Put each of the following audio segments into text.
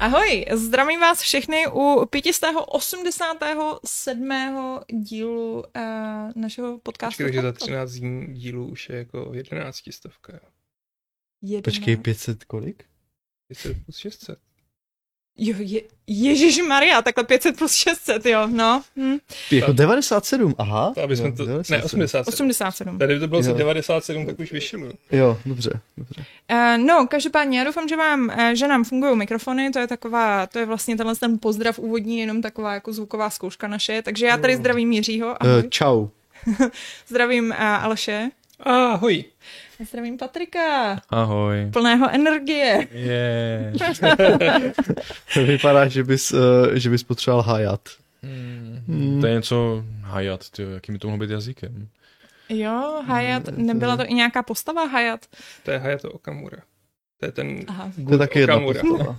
Ahoj, zdravím vás všechny u 587. dílu našeho podcastu. Takže za 13 dílů už je jako 11 stovka. Počkej, 500 kolik? 500 plus 600. Jo, Ježišmarja, takhle 500 plus 600, jo, no. Jako 97, aha. To, aby jsme to, 97. Ne, 87. 87. Tady to bylo 97, tak už vyšlo. Jo, dobře. No, každopádně já doufám, že nám fungují mikrofony, to je vlastně ten pozdrav úvodní, jenom taková jako zvuková zkouška naše, takže já tady zdravím Jiřího. Ahoj. Čau. Zdravím Aleše. Ahoj. Zdravím Patrika. Ahoj. Plného energie. Yeah. Vypadá, že bys potřeboval hajat. To je něco hajat, tyjo, jakým to mohlo být jazykem? Jo, Hayat, nebyla to i nějaká postava Hayat? To je Hayato Okamura. To je ten... Aha. To je taky jedna Okamura. postava.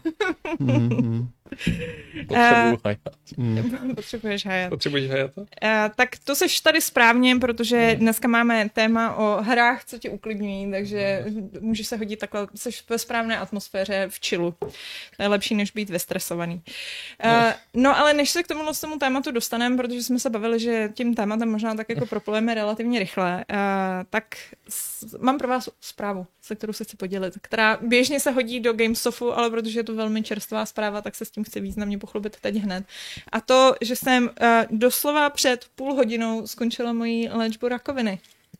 Potřebuji hajat. Potřebuješ Hayat. Potřebuješ Hayato? Tak to seš tady správně, protože dneska máme téma o hrách, co tě uklidňují, takže můžeš se hodit takhle, seš ve správné atmosféře v chillu. To je lepší, než být vystresovaný. No ale než se k tomu tématu dostaneme, protože jsme se bavili, že tím tématem možná tak jako proplujeme relativně rychle, tak mám pro vás zprávu, se kterou se chci podělit, která běžně se hodí do GameStofu, ale protože je to velmi čerstvá zpráva, tak se s tím chci významně pochlubit teď hned. A to, že jsem doslova před půl hodinou skončila moji léčbu rakoviny.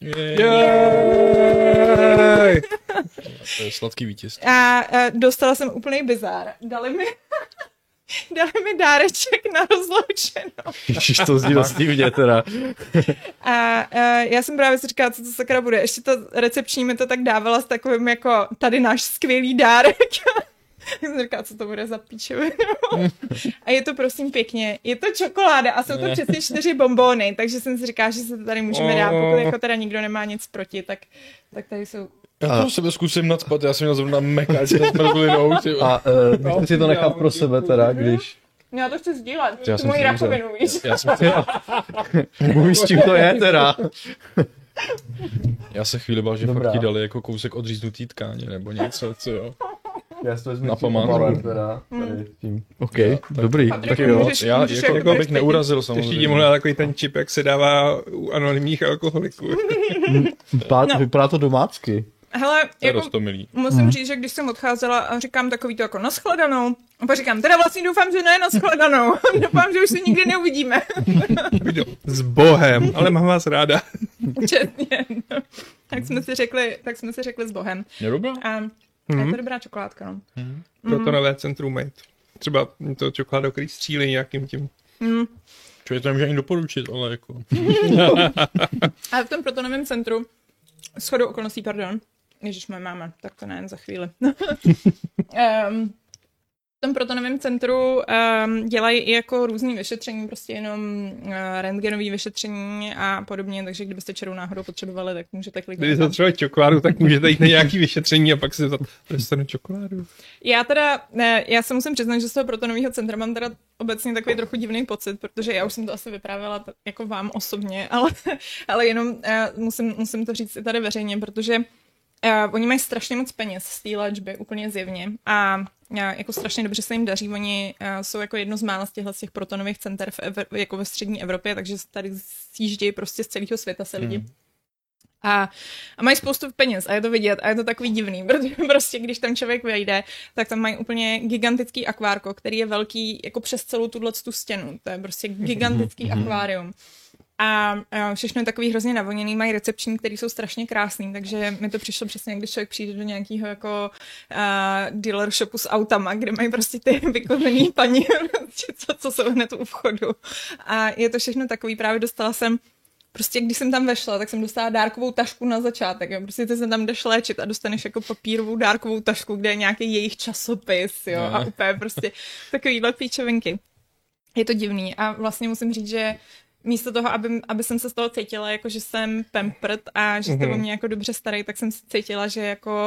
Jej! To je sladký vítězství. A dostala jsem úplný bizár. Dali mi dáreček na rozloučenou. Ježiš, to zní dost divně teda. A já jsem právě si říkala, co to sakra bude. Ještě to recepční mi to tak dávala s takovým jako tady náš skvělý dárek. Já jsem říkala, co to bude za píčovinu. A je to prosím pěkně, je to čokoláda a jsou to přesně 4 bonbóny, takže jsem si říkala, že se to tady můžeme dát, pokud jako teda nikdo nemá nic proti, tak tady jsou. Já to sebe zkusím nadspat, já jsem měl zrovna mekať s mrzlinou. A ty si to nechat pro sebe teda, když... Já to chci sdílet, Já tu jsem moji si rakovinu, víš. Já jsem si... Víš, s čím to je teda. Já se chvíli bál, že Dobrá. fakt ti dali jako kousek odříznutý tkáně nebo něco, co jo. Já si to vezmu Na tím památku. obalem teda. Tady tím. OK, dobrý. Patrik, Tak jo. můžeš Já jako jako abych neurazil Ještě ti samozřejmě. mohla takový ten čip, jak se dává u anonymních alkoholiků. Vypadá to domácky. Hele, To je jako roztomilý. musím říct, že když jsem odcházela a říkám takový to jako nashledanou, a pak říkám, teda vlastně doufám, že ne nashledanou. Doufám, že už se nikdy neuvidíme. S Bohem, ale mám vás ráda. Četně. No. Tak jsme si řekli s Bohem. Je dobrá? A je to dobrá čokoládka, no. Pro to nové centrum made. Třeba to čokoládo, který střílí nějakým tím. Člověk to nemůže ani doporučit, ale jako... A v tom protonovém centru, shodou okolností, pardon, ježiš, moje máma, tak to nejen za chvíli. V tom protonovém centru dělají i jako různý vyšetření, prostě jenom rentgenový vyšetření a podobně, takže kdybyste čarou náhodou potřebovali, tak můžete kliknout. Kdyby to třeba čokoládu, tak můžete jít na nějaký vyšetření a pak si dostanu čokoládu. Já se musím přiznat, že z toho protonového centra mám teda obecně takový trochu divný pocit, protože já už jsem to asi vyprávěla jako vám osobně, ale jenom musím to říct i tady veřejně, protože oni mají strašně moc peněz z té léčby, úplně zjevně. A jako strašně dobře se jim daří. Oni jsou jako jedno z mála z těch protonových center jako ve střední Evropě, takže tady sjíždějí prostě z celého světa se lidi. A mají spoustu peněz a je to vidět a je to takový divný, protože prostě když tam člověk vejde, tak tam mají úplně gigantický akvárko, který je velký jako přes celou tu stěnu. To je prostě gigantický akvárium. A všechno je takový hrozně navoněný, mají recepční, který jsou strašně krásný, takže mi to přišlo přesně, když člověk přijde do nějakého jako dealer shopu s autama, kde mají prostě ty vykovený paní, co jsou hned u vchodu. A je to všechno takový, právě dostala jsem prostě když jsem tam vešla, tak jsem dostala dárkovou tašku na začátek. Jo. Prostě ty se tam jdeš léčit a dostaneš jako papírovou dárkovou tašku, kde je nějaký jejich časopis, jo, a úplně prostě takovýhle píčovinky. Je to divný a vlastně musím říct, že místo toho, aby jsem se z toho cítila, jako že jsem pampered a že jste o mě jako dobře starý, tak jsem cítila, že jako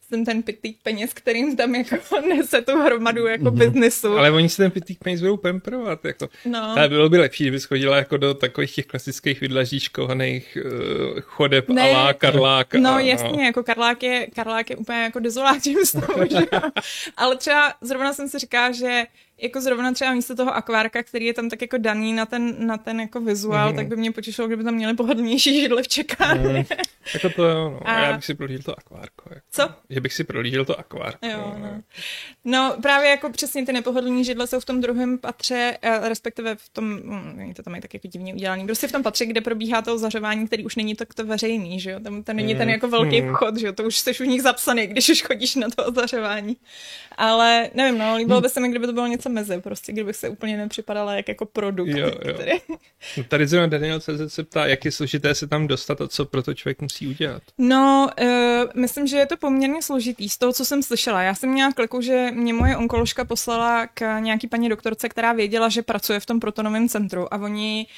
jsem ten pytlík peněz, kterým tam jako nese tu hromadu jako biznesu. Ale oni si ten pytlík peněz budou pemprovat, jako. No. Ale bylo by lepší, kdybys chodila jako do takových těch klasických vydlažíčkovaných chodeb Ne. a la Karlák. No jasně, jako Karlák je úplně jako dezolátním stavu, že jo. Ale třeba zrovna jsem si říkala, že jako zrovna třeba místo toho akvárka, který je tam tak jako daný na ten jako vizuál, tak by mě potěšilo, kdyby tam měli pohodlnější židle v čekárně. Jako to jo, no. A- A já bych si prohlížel to akvárko. Jako. Co? Že bych si prohlížel to akvárko. Jo, no. No právě jako přesně ty nepohodlní židle jsou v tom druhém patře, respektive v tom, to tam je tak jako divně udělaný, prostě v tom patře, kde probíhá to zařování, který už není takto veřejný, že jo, tam to není ten jako velký vchod, že jo, to už jsi v nich zapsaný, když už chodíš na to zařování. Ale nevím, no, líbilo by se mi, kdyby to bylo něco mezi, prostě, kdybych se úplně nepřipadala jako produkt. Jo. Který... No, tady zrovna Daniel CZ se ptá, jak je složité se tam dostat a co pro to člověk musí udělat. No, myslím, že je to poměrně složitý z toho, co jsem slyšela. Já jsem měla kliku, že mě moje onkoložka poslala k nějaký paní doktorce, která věděla, že pracuje v tom protonovém centru a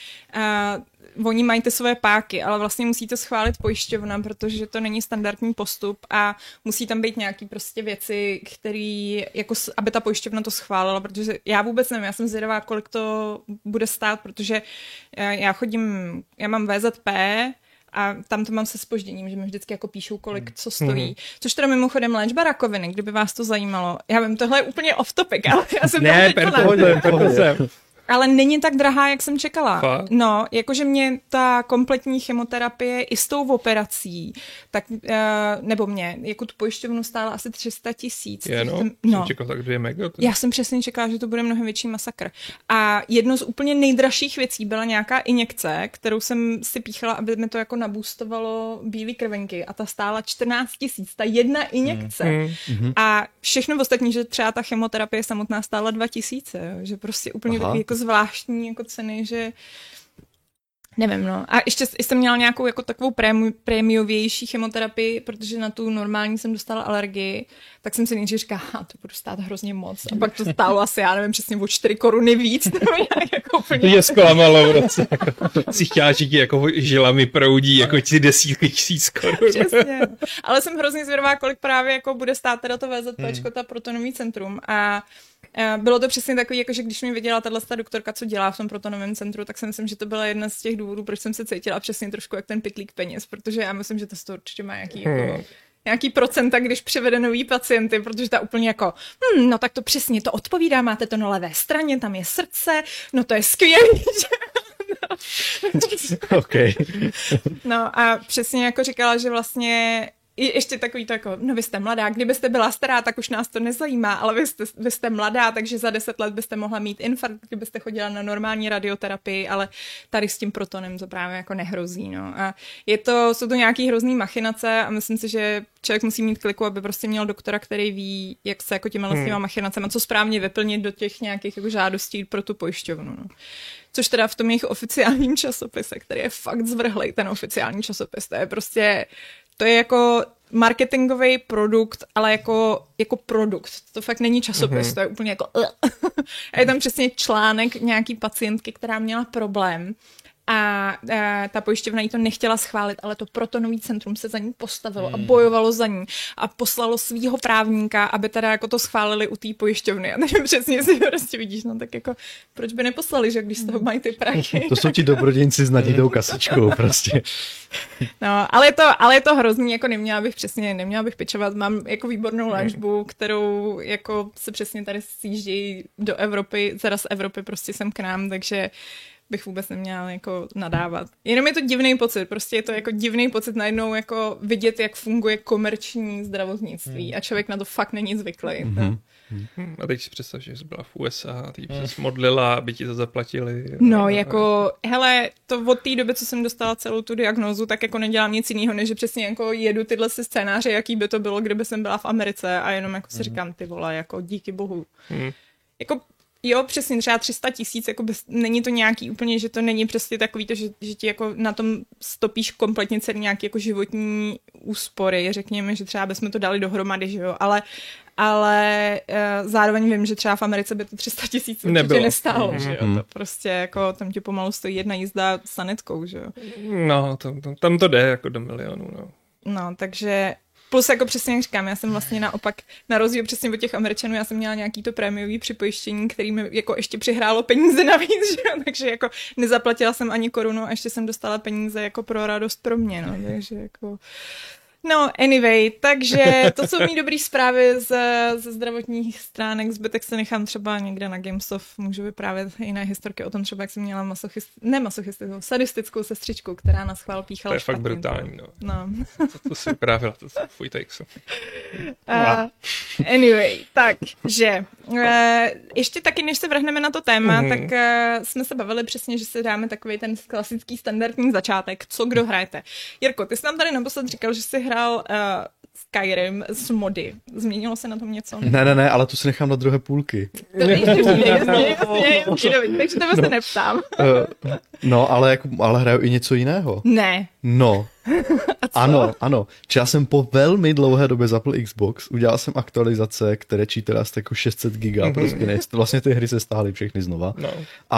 oni mají ty své páky, ale vlastně musí to schválit pojišťovna, protože to není standardní postup a musí tam být nějaký prostě věci, které, jako, aby ta pojišťovna to schválila, protože já vůbec nevím, já jsem zvědavá, kolik to bude stát, protože já mám VZP, a tam to mám se zpožděním, že mi vždycky jako píšou, kolik co stojí. Což teda mimochodem léčba rakoviny, kdyby vás to zajímalo. Já vím, tohle je úplně off topic, ale já jsem Ne, tam proto jsem. ale není tak drahá, jak jsem čekala. Fakt? No, jakože mě ta kompletní chemoterapie i s tou operací, tak, nebo mě, jako tu pojišťovnu stála asi 300 000. No, No. jsem čekal tak 2 mega. Já jsem přesně čekala, že to bude mnohem větší masakr. A jedno z úplně nejdražších věcí byla nějaká injekce, kterou jsem si píchala, aby mi to jako nabůstovalo bílý krvenky a ta stála 14 000, ta jedna injekce. A všechno ostatní, že třeba ta chemoterapie samotná stála 2 000, jo, že prostě úplně takový jako zvláštní jako ceny, že nevím, no. A ještě jsem měla nějakou jako takovou prémiovější chemoterapii, protože na tu normální jsem dostala alergii, tak jsem si nejdřív říkala, to budu stát hrozně moc. A pak to stálo asi, já nevím, přesně o 4 koruny víc, nebo nějak jako úplně. To je zklamalo v roce. Jako, si chtěla, že ti jako žilami proudí jako ti desítky tisíc korun. Přesně. Ale jsem hrozně zvědavá, kolik právě jako bude stát teda to VZPčko, ta protonový centrum. A bylo to přesně takový, jako že když mi viděla tato doktorka, co dělá v tom protonovém centru, tak si myslím, že to byla jedna z těch důvodů, proč jsem se cítila přesně trošku jak ten pytlík peněz, protože já myslím, že to určitě má nějaký procenta, když přivede nový pacienty, protože ta úplně jako, no tak to přesně to odpovídá, máte to na levé straně, tam je srdce, no to je skvělý. Okay. No a přesně jako říkala, že vlastně ještě takový to jako, no vy jste mladá, kdybyste byla stará, tak už nás to nezajímá, ale vy jste mladá, takže za 10 let byste mohla mít infarkt, kdybyste chodila na normální radioterapii, ale tady s tím protonem to právě jako nehrozí, no. A jsou to nějaký hrozný machinace a myslím si, že člověk musí mít kliku, aby prostě měl doktora, který ví, jak se jako těma těma machinacema, co správně vyplnit do těch nějakých jako žádostí pro tu pojišťovnu, no. Což teda v tom jejich oficiálním časopise, který je fakt zvrhlej, ten oficiální časopis, to je jako marketingový produkt, ale jako produkt. To fakt není časopis, to je úplně jako a je tam přesně článek nějaký pacientky, která měla problém a ta pojišťovna jí to nechtěla schválit, ale to protonový centrum se za ní postavilo a bojovalo za ní a poslalo svýho právníka, aby teda jako to schválili u té pojišťovny. A nevím, přesně si prostě vidíš, no tak jako proč by neposlali, že když z toho mají ty prachy. To jsou ti dobrodějci s naditou kasičkou prostě. No, ale je to hrozný, jako neměla bych pičovat, mám jako výbornou léčbu, kterou jako se přesně tady sjíždějí do Evropy, teda z Evropy prostě sem k nám, takže bych vůbec neměla jako nadávat. Jenom je to divný pocit, prostě je to jako divný pocit najednou jako vidět, jak funguje komerční zdravotnictví a člověk na to fakt není zvyklý. A teď si představ, že jsi byla v USA a ty se modlila, aby ti to zaplatili. No, jako, hele, to od té doby, co jsem dostala celou tu diagnózu, tak jako nedělám nic jiného, než že přesně jako jedu tyhle scénáře, jaký by to bylo, kdyby jsem byla v Americe a jenom jako si říkám, ty vole, jako díky bohu. Jako jo, přesně, třeba 300 000, jako není to nějaký úplně, že to není přesně takový to, že ti jako na tom stopíš kompletně celý nějaký jako životní úspory, řekněme, že třeba bychom to dali dohromady, že jo, ale zároveň vím, že třeba v Americe by to 300 000 určitě nestálo, že jo, to prostě jako tam ti pomalu stojí jedna jízda sanitkou, že jo. No, tam to jde jako do milionů, no. No, takže Plus jako přesně jak říkám, já jsem vlastně naopak, na rozdíl přesně od těch Američanů, já jsem měla nějaký to prémiový připojištění, který mi jako ještě přihrálo peníze navíc, že? Takže jako nezaplatila jsem ani korunu a ještě jsem dostala peníze jako pro radost pro mě, no, takže jako... No, anyway, takže to jsou mý dobrý zprávy ze zdravotních stránek, zbytek se nechám třeba někde na Gamestov, můžu vyprávět jiné historky o tom třeba, jak jsem měla sadistickou sestřičku, která na schvál píchala. To je fakt brutální, no. To si vyprávěla, to jsou fuj takes. Anyway, takže ještě taky, než se vrhneme na to téma, tak jsme se bavili přesně, že si dáme takový ten klasický standardní začátek, co kdo hrajete. Jirko, ty jsi nám tady naposled říkal, že jsi hrál Skyrim s mody. Změnilo se na tom něco? Ne, ale tu si nechám na druhé půlky. Takže tebe se neptám. No, ale hraju i něco jiného. Ne. No. Ano. Já jsem po velmi dlouhé době zapl Xbox, udělal jsem aktualizace, které čítala asi jako 600 giga, prostě vlastně ty hry se stáhly všechny znova. No.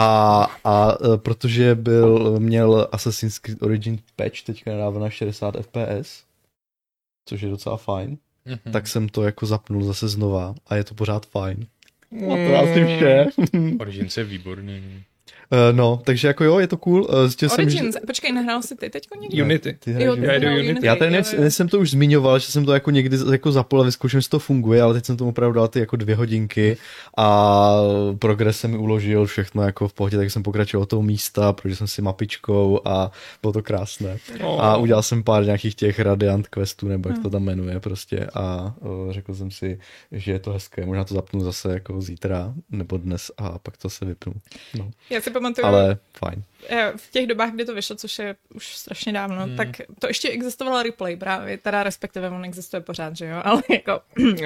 A protože měl Assassin's Creed Origins patch teďka nedávno na 60 FPS, což je docela fajn, tak jsem to jako zapnul zase znova a je to pořád fajn. A to je asi vše. Origins je výborný. No, takže jako jo, je to cool. Origins, počkej, nehrál jsi ty teďko někdy? Unity. Já tady jsem to už zmiňoval, že jsem to jako někdy jako zapl a vyzkoušel, že to funguje, ale teď jsem tomu opravdu dal ty jako 2 hodinky a progres jsem mi uložil všechno jako v pohodě, tak jsem pokračoval toho místa, protože jsem si mapičkou a bylo to krásné. A udělal jsem pár nějakých těch Radiant questů, nebo jak to tam jmenuje prostě a řekl jsem si, že je to hezké, možná to zapnu zase jako zítra nebo dnes a pak to se vypnu. No. Já si pamatuju, ale fajn. V těch dobách, kdy to vyšlo, což je už strašně dávno, tak to ještě existovala replay právě, teda respektive on existuje pořád, že jo, ale jako...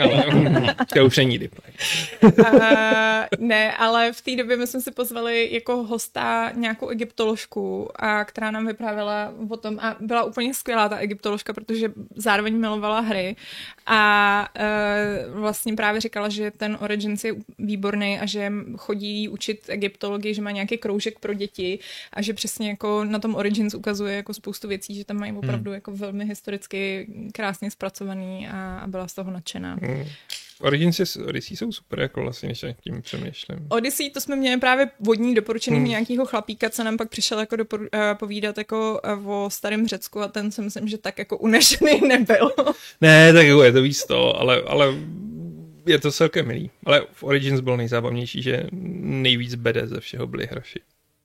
To už není replay. Ne, ale v té době my jsme si pozvali jako hosta nějakou egyptoložku, která nám vyprávěla o tom a byla úplně skvělá ta egyptoložka, protože zároveň milovala hry a vlastně právě říkala, že ten Origins je výborný a že chodí učit egyptologii, že má nějaký kroužek pro děti a že přesně jako na tom Origins ukazuje jako spoustu věcí, že tam mají opravdu jako velmi historicky krásně zpracovaný a byla z toho nadšená. Odyssey jsou super, jako vlastně, než tím přemýšlím. Odyssey, to jsme měli právě vodní doporučený nějakýho chlapíka, co nám pak přišel jako povídat jako o starém Řecku a ten si myslím, že tak jako unešený nebyl. Ne, tak jako je to víc to, ale je to celkem milý. Ale v Origins bylo nejzábavnější, že nejvíc bede ze všeho byly hroši.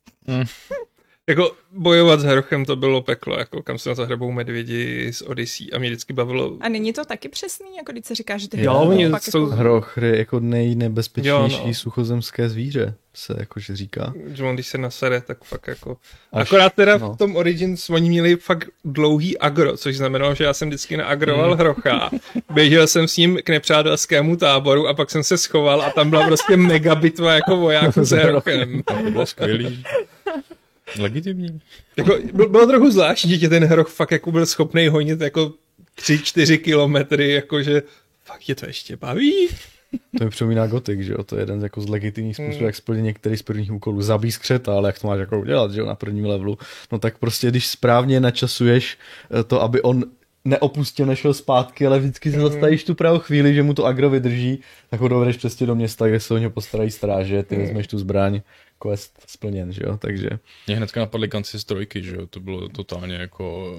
Jako bojovat s hrochem to bylo peklo, jako kam se na to hrabou medvědi z Odyssey a mě vždycky bavilo. A není to taky přesný, jako když se říká, že ty hroch je jako nejnebezpečnější suchozemské zvíře, se jakože říká. Že on když se nasere, tak fakt jako... Akorát teda v tom Origins oni měli fakt dlouhý agro, což znamenalo, že já jsem vždycky naagroval hrocha. Běžel jsem s ním k nepřátelskému táboru a pak jsem se schoval a tam byla prostě mega bitva jako vojáků s hrochem. To bylo skvělý. Legitimní. Jako, bylo trochu zvláštní, že ten hroch fakt jako byl schopný honit jako 3-4 kilometry, jakože fakt je to ještě baví. To mi připomíná Gothic, že jo, to je jeden jako z legitimních způsobů, jak splnit některý z prvních úkolů. Zabij skřeta, ale jak to máš jako udělat, že jo, na prvním levelu. No tak prostě, když správně načasuješ to, aby on neopustil, nešel zpátky, ale vždycky se zastavíš tu pravou chvíli, že mu to agro vydrží, tak ho dovedeš přesně do města, kde se o něho postarají stráže, ty vezmeš tu zbraň, quest splněn, že jo, takže... Mě hnedka napadly kanci z trojky, že jo, to bylo totálně jako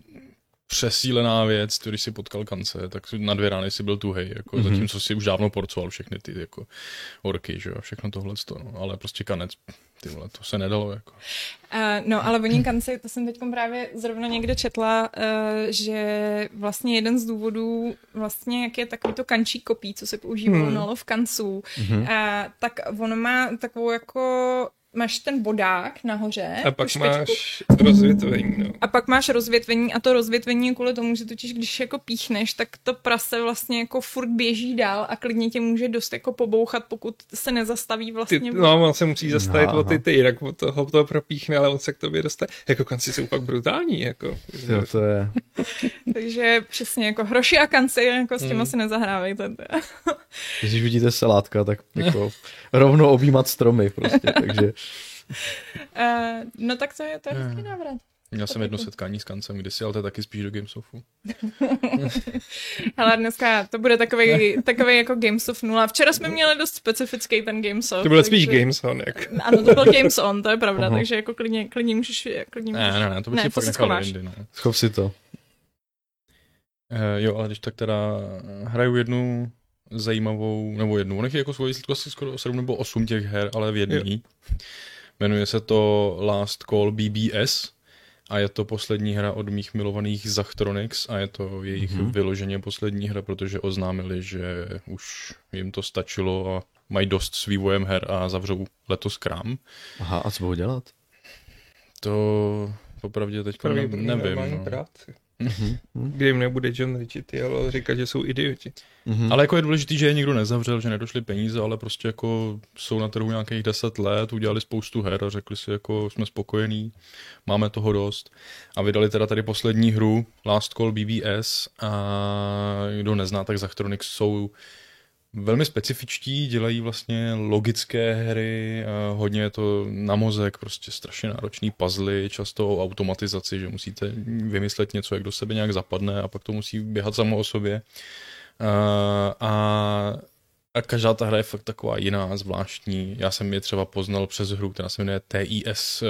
přesílená věc, když si potkal kance, tak na 2 rány si byl tuhej, jako zatímco si už dávno porcoval všechny ty jako orky, že jo, všechno tohleto, no, ale prostě kanec, ty vole, to se nedalo, jako. No, ale oni kanci, to jsem teď právě zrovna někde četla, že vlastně jeden z důvodů, vlastně jak je takový to kančí kopí, co se používalo na lov kanců, tak ono má takovou jako... Máš ten bodák nahoře. A pak máš rozvětvení. No. A pak máš rozvětvení a to rozvětvení je kvůli tomu, že totiž když jako píchneš, tak to prase vlastně jako furt běží dál a klidně tě může dost jako pobouchat, pokud se nezastaví vlastně. No, on se musí zastavit o ty, jinak toho to propíchne, ale on se k tobě dostane. Jako kanci jsou pak brutální, jako. Jo, to je. Takže přesně jako hroši a kanci, jako s těma se nezahrávejte. Když vidíte salátka, tak jako rovnou objímat stromy prostě, takže... No tak to je hezký návrat. Měl jsem jedno setkání s kancem kdysi, ale to je taky spíš do Gamesofu. Hele, dneska to bude takový jako Gamesoft 0. Včera jsme měli dost specifický ten Gamesoft. To byl spíš Games On, jak. Ano, to byl Games On, to je pravda, takže jako klidně můžeš... Ne, to bych si fakt nechal jindy, ne. Schop si to. Jo, ale když tak teda hraju jednu zajímavou, nebo jednu, on je jako svoji výsledku asi skoro 7 nebo 8 těch her, ale v jedný. Jmenuje se to Last Call BBS a je to poslední hra od mých milovaných Zachtronics a je to jejich vyloženě poslední hra, protože oznámili, že už jim to stačilo a mají dost s vývojem her a zavřou letos krám. Aha, a co budou dělat? To popravdě teď nevím. No. Kde jim nebude John Ritchie, ale říkat, že jsou idioti. Ale jako je důležitý, že je nikdo nezavřel, že nedošly peníze, ale prostě jako jsou na trhu nějakých 10 let, udělali spoustu her a řekli si jako jsme spokojení, máme toho dost. A vydali teda tady poslední hru Last Call BBS a kdo nezná, tak Zachtronics jsou velmi specifičtí, dělají vlastně logické hry, hodně je to na mozek, prostě strašně náročný puzzle, často o automatizaci, že musíte vymyslet něco, jak do sebe nějak zapadne a pak to musí běhat samo o sobě. A každá ta hra je fakt taková jiná, zvláštní. Já jsem je třeba poznal přes hru, která se jmenuje TIS 100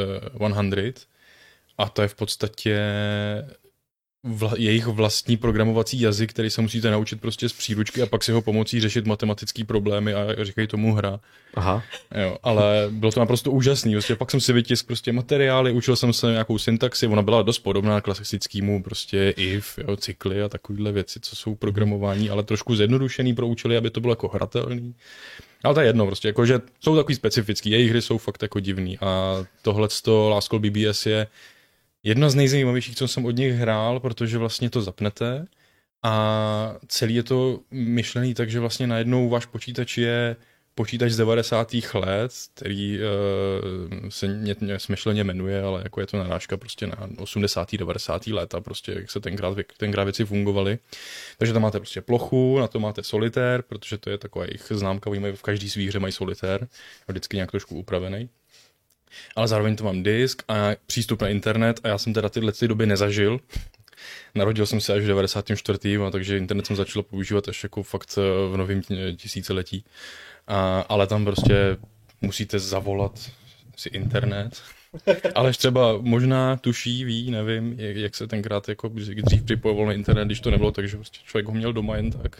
a to je v podstatě jejich vlastní programovací jazyk, který se musíte naučit prostě z příručky a pak si ho pomocí řešit matematické problémy a říkají tomu hra. Aha. Jo, ale bylo to naprosto úžasný. Prostě pak jsem si vytiskl prostě materiály, učil jsem se nějakou syntaxi, ona byla dost podobná klasickému prostě if, jo, cykly a takovýhle věci, co jsou programování, ale trošku zjednodušený pro účely, aby to bylo jako hratelný. Ale to je jedno, prostě, jako, že jsou takový specifický, jejich hry jsou fakt jako divný a tohleto Last Call BBS je jedna z nejzajímavějších, co jsem od nich hrál, protože vlastně to zapnete a celý je to myšlený tak, že vlastně najednou váš počítač je počítač z 90. let, který se smyšleně jmenuje, ale jako je to narážka prostě na 80. 90. let a prostě jak se tenkrát věci fungovaly. Takže tam máte prostě plochu, na to máte solitér, protože to je taková jejich známka, v každý svý hře mají solitér, vždycky nějak trošku upravený. Ale zároveň to mám disk a přístup na internet a já jsem teda tyhle doby nezažil. Narodil jsem se až v 94. takže internet jsem začal používat až jako fakt v novém tisíciletí. Ale tam prostě musíte zavolat si internet. Alež třeba možná tuší, ví, nevím, jak se tenkrát jako dřív připojoval na internet, když to nebylo, takže prostě člověk ho měl doma jen tak.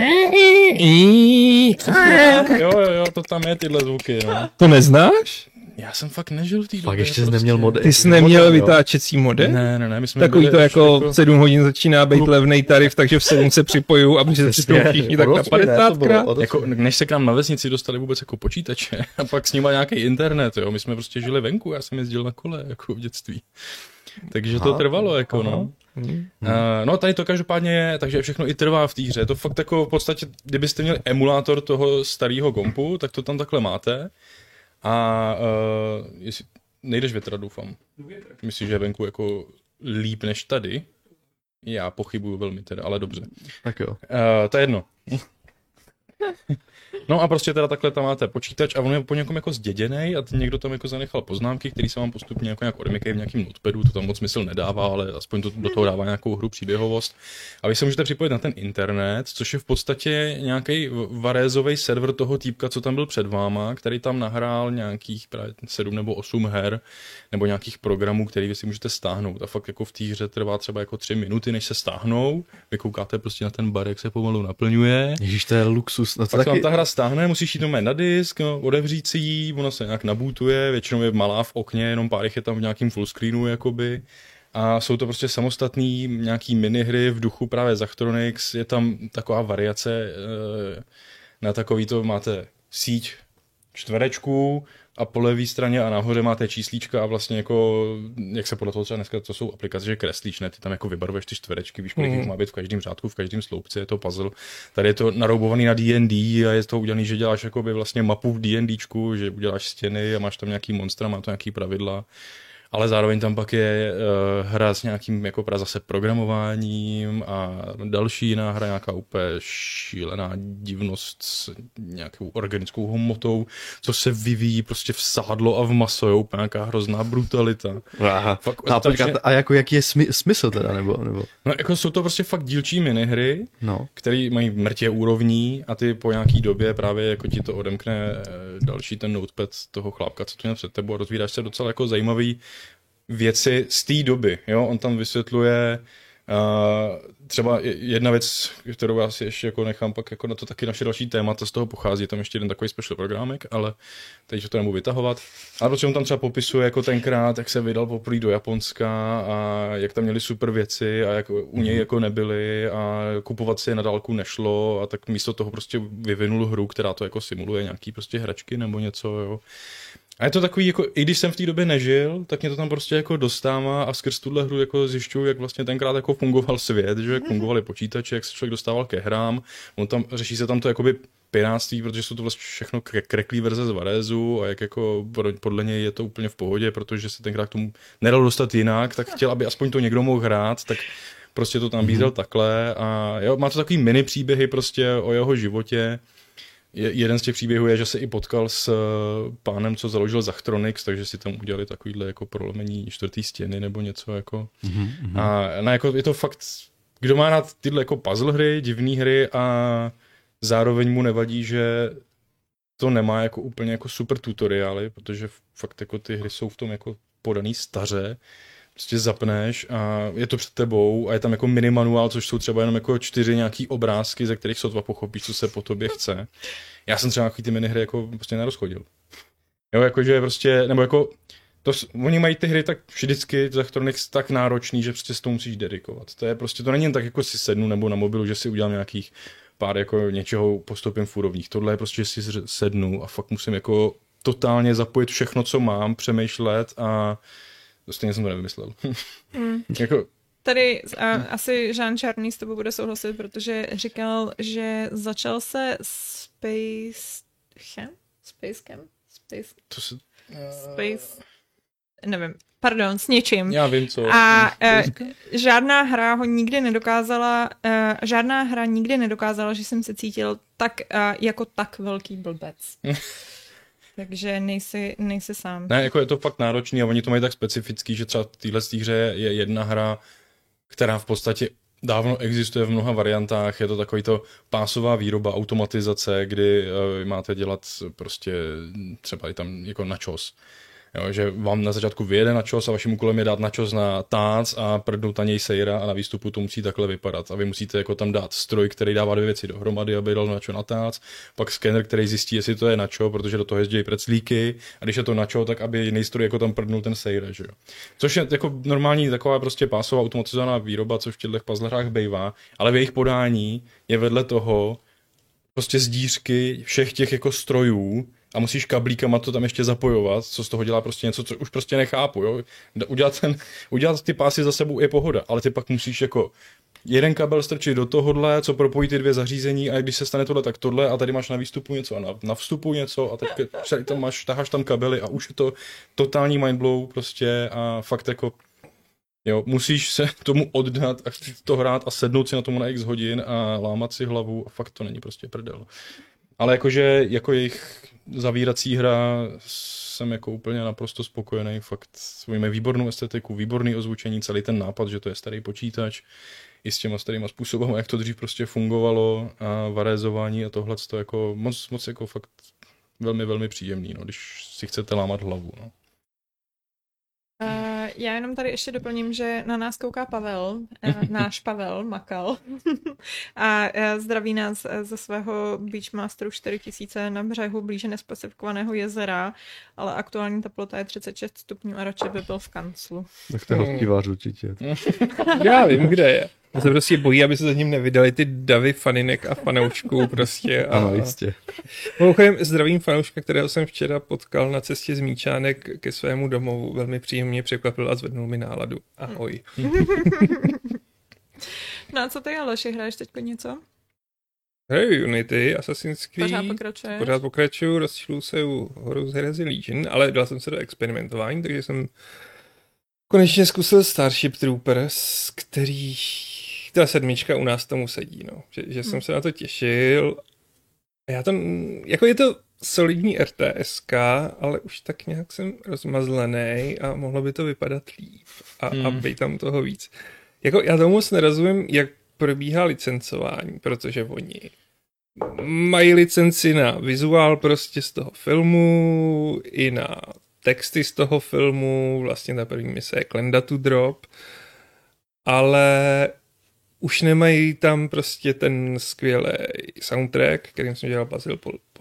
Jo, to tam je tyhle zvuky, no. To neznáš? Já jsem fakt nežil v té době. Fakt ještě jsi neměl modem. Ty jsi neměl vytáčecí modem? Ne, my jsme takový to jako jako 7 hodin začíná být levnej tarif, takže v 7 se připojují a můžete si to všichni tak na 50krát. Jako, než se k nám na vesnici dostali vůbec jako počítače a pak s nima nějaký internet, jo. My jsme prostě žili venku, já jsem jezdil na kole jako v dětství. Takže to trvalo, jako no. No tady to každopádně je, takže všechno i trvá v té hře. To fakt jako v podstatě, kdybyste měli emulátor toho starého kompu, tak to tam takhle máte. A jestli nejdeš větra, doufám. Myslíš, že je venku jako líp než tady? Já pochybuju velmi teda, ale dobře. Tak jo. To je jedno. No a prostě teda takhle tam máte počítač a on je po někom jako zděděnej a někdo tam jako zanechal poznámky, které se vám postupně jako nějak odemykají v nějakým notepadu, to tam moc smysl nedává, ale aspoň to do toho dává nějakou hru příběhovost. A vy se můžete připojit na ten internet, což je v podstatě nějaký varézový server toho týpka, co tam byl před váma, který tam nahrál nějakých právě 7 nebo 8 her nebo nějakých programů, který vy si můžete stáhnout. A fakt jako v té hře trvá třeba jako 3 minuty, než se stáhnou. Vy koukáte prostě na ten bar, jak se pomalu naplňuje. Ježíš, to je luxus. No to pak taky... ta hra stáhne, musíš jít na disk, no, odevřít si ji, ona se nějak nabootuje, většinou je malá v okně, jenom pár je tam v nějakým fullscreenu jakoby. A jsou to prostě samostatný nějaký minihry v duchu právě Zachtronics, je tam taková variace na takový to máte síť čtverečků a po levé straně a nahoře máte číslíčka a vlastně jako, jak se podle toho třeba dneska, to jsou aplikace, že kreslíš, ne, ty tam jako vybarvuješ ty čtverečky, víš, kolik jich má být v každém řádku, v každém sloupci, je to puzzle. Tady je to naroubovaný na D&D a je to udělaný, že děláš jakoby vlastně mapu v D&Dčku, že uděláš stěny a máš tam nějaký monstra, má to nějaký pravidla. ale zároveň tam pak je hra s nějakým jako zase programováním a další jiná hra, nějaká úplně šílená divnost s nějakou organickou hmotou, co se vyvíjí prostě v sádlo a v maso, je úplně nějaká hrozná brutalita. Fakt, a jako jaký je smysl teda, nebo? No jako jsou to prostě fakt dílčí minihry, které mají mrtě úrovní a ty po nějaký době právě jako ti to odemkne další ten notepad toho chlápka, co tu měl před tebou a rozvídáš se docela jako zajímavý věci z té doby, jo, on tam vysvětluje třeba jedna věc, kterou já si ještě jako nechám pak jako na to taky naše další témata z toho pochází, tam ještě jeden takový special programek, ale teď to nebudu vytahovat. A protože on tam třeba popisuje jako tenkrát, jak se vydal poprvé do Japonska a jak tam měli super věci a jak u něj jako nebyly a kupovat si je na dálku nešlo a tak místo toho prostě vyvinul hru, která to jako simuluje nějaký prostě hračky nebo něco, jo. A je to takový, jako, i když jsem v té době nežil, tak mě to tam prostě jako dostává a skrz tuhle hru jako zjišťuju, jak vlastně tenkrát jako fungoval svět, že jak fungovaly počítače, jak se člověk dostával ke hrám. On tam, řeší se tam to jakoby pirátství, protože jsou to vlastně všechno kreklý verze z Varezu a jak jako podle něj je to úplně v pohodě, protože se tenkrát k tomu nedalo dostat jinak, tak chtěl, aby aspoň to někdo mohl hrát, tak prostě to tam bízel takhle a jo, má to takový mini příběhy prostě o jeho životě. Jeden z těch příběhů je, že se i potkal s pánem, co založil Zachtronics, takže si tam udělali takovýhle jako prolomení čtvrtý stěny nebo něco jako. A jako je to fakt, kdo má rád tyhle jako puzzle hry, divné hry a zároveň mu nevadí, že to nemá jako úplně jako super tutoriály, protože fakt jako ty hry jsou v tom jako podaný staře. Prostě zapneš a je to před tebou a je tam jako minimanuál, což jsou třeba jenom jako 4 nějaký obrázky, ze kterých sotva pochopíš, co se po tobě chce. Já jsem třeba nějaký ty minihry jako prostě nerozchodil. Jo, jakože prostě, nebo jako, oni mají ty hry tak vždycky, Zachtronics tak náročný, že prostě s tomu musíš dedikovat. To je prostě, to není jen tak jako si sednu nebo na mobilu, že si udělám nějakých pár jako něčeho postupem v úrovních. Tohle je prostě, že si sednu a fakt musím jako totálně zapojit všechno, co mám, přemýšlet a stejně jsem to nevymyslel. Jako... Tady asi Žán Čarný s tebou bude souhlasit, protože říkal, že začal se s něčím. Já vím, co. A žádná hra nikdy nedokázala, že jsem se cítil tak jako tak velký blbec. Takže nejsi sám. Ne, jako je to fakt náročný a oni to mají tak specifický, že třeba v téhle hře je jedna hra, která v podstatě dávno existuje v mnoha variantách. Je to takový to pásová výroba, automatizace, kdy máte dělat prostě třeba i tam jako načos. Jo, že vám na začátku vyjede načos a vaším úkolem je dát načos na tác a prdnout na něj sejra a na výstupu to musí takhle vypadat. A vy musíte jako tam dát stroj, který dává 2 věci dohromady, aby dal načo na tác, pak skener, který zjistí, jestli to je načo, protože do toho jezdí preclíky a když je to načo, tak aby jiný stroj jako tam prdnul ten sejra, že jo. Což je jako normální taková prostě pásová automatizovaná výroba, což v těchto puzzlerách bývá, ale v jejich podání je vedle toho prostě zdířky všech těch jako strojů a musíš kablíkama to tam ještě zapojovat, co z toho dělá prostě něco, co už prostě nechápu, jo. Udělat ty pásy za sebou je pohoda, ale ty pak musíš jako jeden kabel strčit do tohohle, co propojí ty 2 zařízení a když se stane tohle, tak tohle a tady máš na výstupu něco a na vstupu něco a teď tam taháš tam kabely a už je to totální mindblow prostě a fakt jako jo, musíš se tomu oddat a chtít to hrát a sednout si na tomu na x hodin a lámat si hlavu a fakt to není prostě prdel. Ale jakože jako jejich zavírací hra jsem jako úplně naprosto spokojený, fakt svojíme výbornou estetiku, výborný ozvučení, celý ten nápad, že to je starý počítač, i s těma starýma způsoby, jak to dřív prostě fungovalo a varézování a tohle to jako moc jako fakt velmi, velmi příjemný, no, když si chcete lámat hlavu, no. Já jenom tady ještě doplním, že na nás kouká Pavel, náš Pavel Makal a zdraví nás ze svého Beachmasteru 4000 na břehu blíže nespecifikovaného jezera, ale aktuální teplota je 36 stupňů a radši by byl v kanclu. Tak to je hostivář určitě. Já vím, kde je. Já se prostě bojí, aby se za ním nevydali ty davy faninek a fanoušků prostě. Ano, jistě. Mimochodem zdravím fanouška, kterého jsem včera potkal na cestě z Míčánek ke svému domovu. Velmi příjemně překvapil a zvednul mi náladu. Ahoj. No a co ty, Aleši, hraješ teďko něco? Hej, Unity, Assassin's Creed. Pořád pokračuju, rozčiluju se u Horus Heresy Legion, ale dal jsem se do experimentování, takže jsem konečně zkusil Starship Troopers, ta 7 u nás tomu sedí, no. Že jsem se na to těšil. Já tam, jako je to solidní RTSK, ale už tak nějak jsem rozmazlený a mohlo by to vypadat líp a být tam toho víc. Jako já tomu moc nerozumím, jak probíhá licencování, protože oni mají licenci na vizuál prostě z toho filmu, i na texty z toho filmu, vlastně ta první mise je Klenda to Drop, ale už nemají tam prostě ten skvělý soundtrack, kterým jsem dělal Basil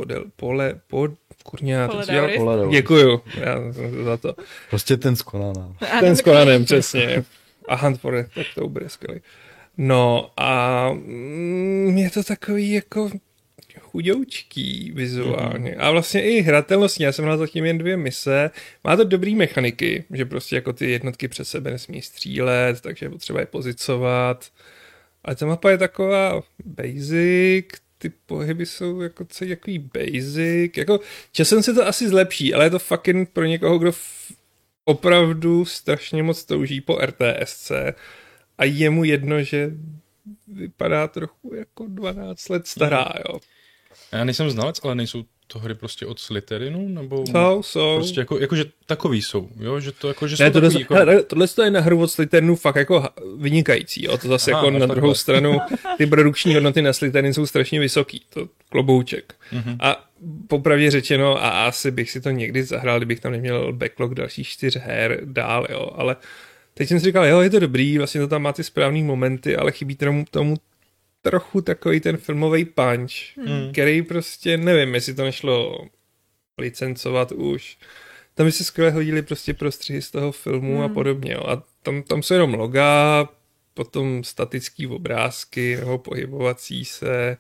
Děkuju za to. Prostě ten s Conanem. Ten s Conanem, přesně. A Hunt for the October je skvělý. No a je to takový jako chudoučký vizuálně. A vlastně i hratelnostně, já jsem hrál zatím jen 2 mise, má to dobrý mechaniky, že prostě jako ty jednotky před sebe nesmí střílet, takže je potřeba je pozicovat. Ale ta mapa je taková basic, ty pohyby jsou jako celý takový basic, jako časem se to asi zlepší, ale je to fucking pro někoho, kdo opravdu strašně moc touží po RTSC a je mu jedno, že vypadá trochu jako 12 let stará, jo. Já nejsem znalec, ale nejsou to hry prostě od Slytherinu, nebo jsou. Prostě jako že takový jsou, jo, že to jako, že ne, jsou takový, jako... Tohle je na hru od Slytherinu fakt jako vynikající, jo, to zase jako na druhou stranu, ty produkční hodnoty na Slytherin jsou strašně vysoký, to klobouček. A popravdě řečeno, a asi bych si to někdy zahrál, kdybych tam neměl backlog dalších 4 her dál, jo, ale teď jsem si říkal, jo, je to dobrý, vlastně to tam má ty správný momenty, ale chybí tomu trochu takový ten filmový punch, který prostě, nevím, jestli to nešlo licencovat už. Tam by se skvěle hodili prostě prostřihy z toho filmu a podobně. Jo. A tam jsou jenom loga, potom statický obrázky nebo pohybovací se.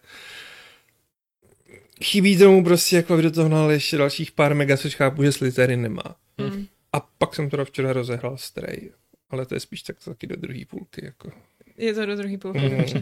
Chybí tomu prostě, jako aby do toho hnali ještě dalších pár mega, což chápu, že Slytherin nemá. A pak jsem teda včera rozehrál Stray, ale to je spíš taky do druhé půlky, jako. Je to do druhé půlky, dobře.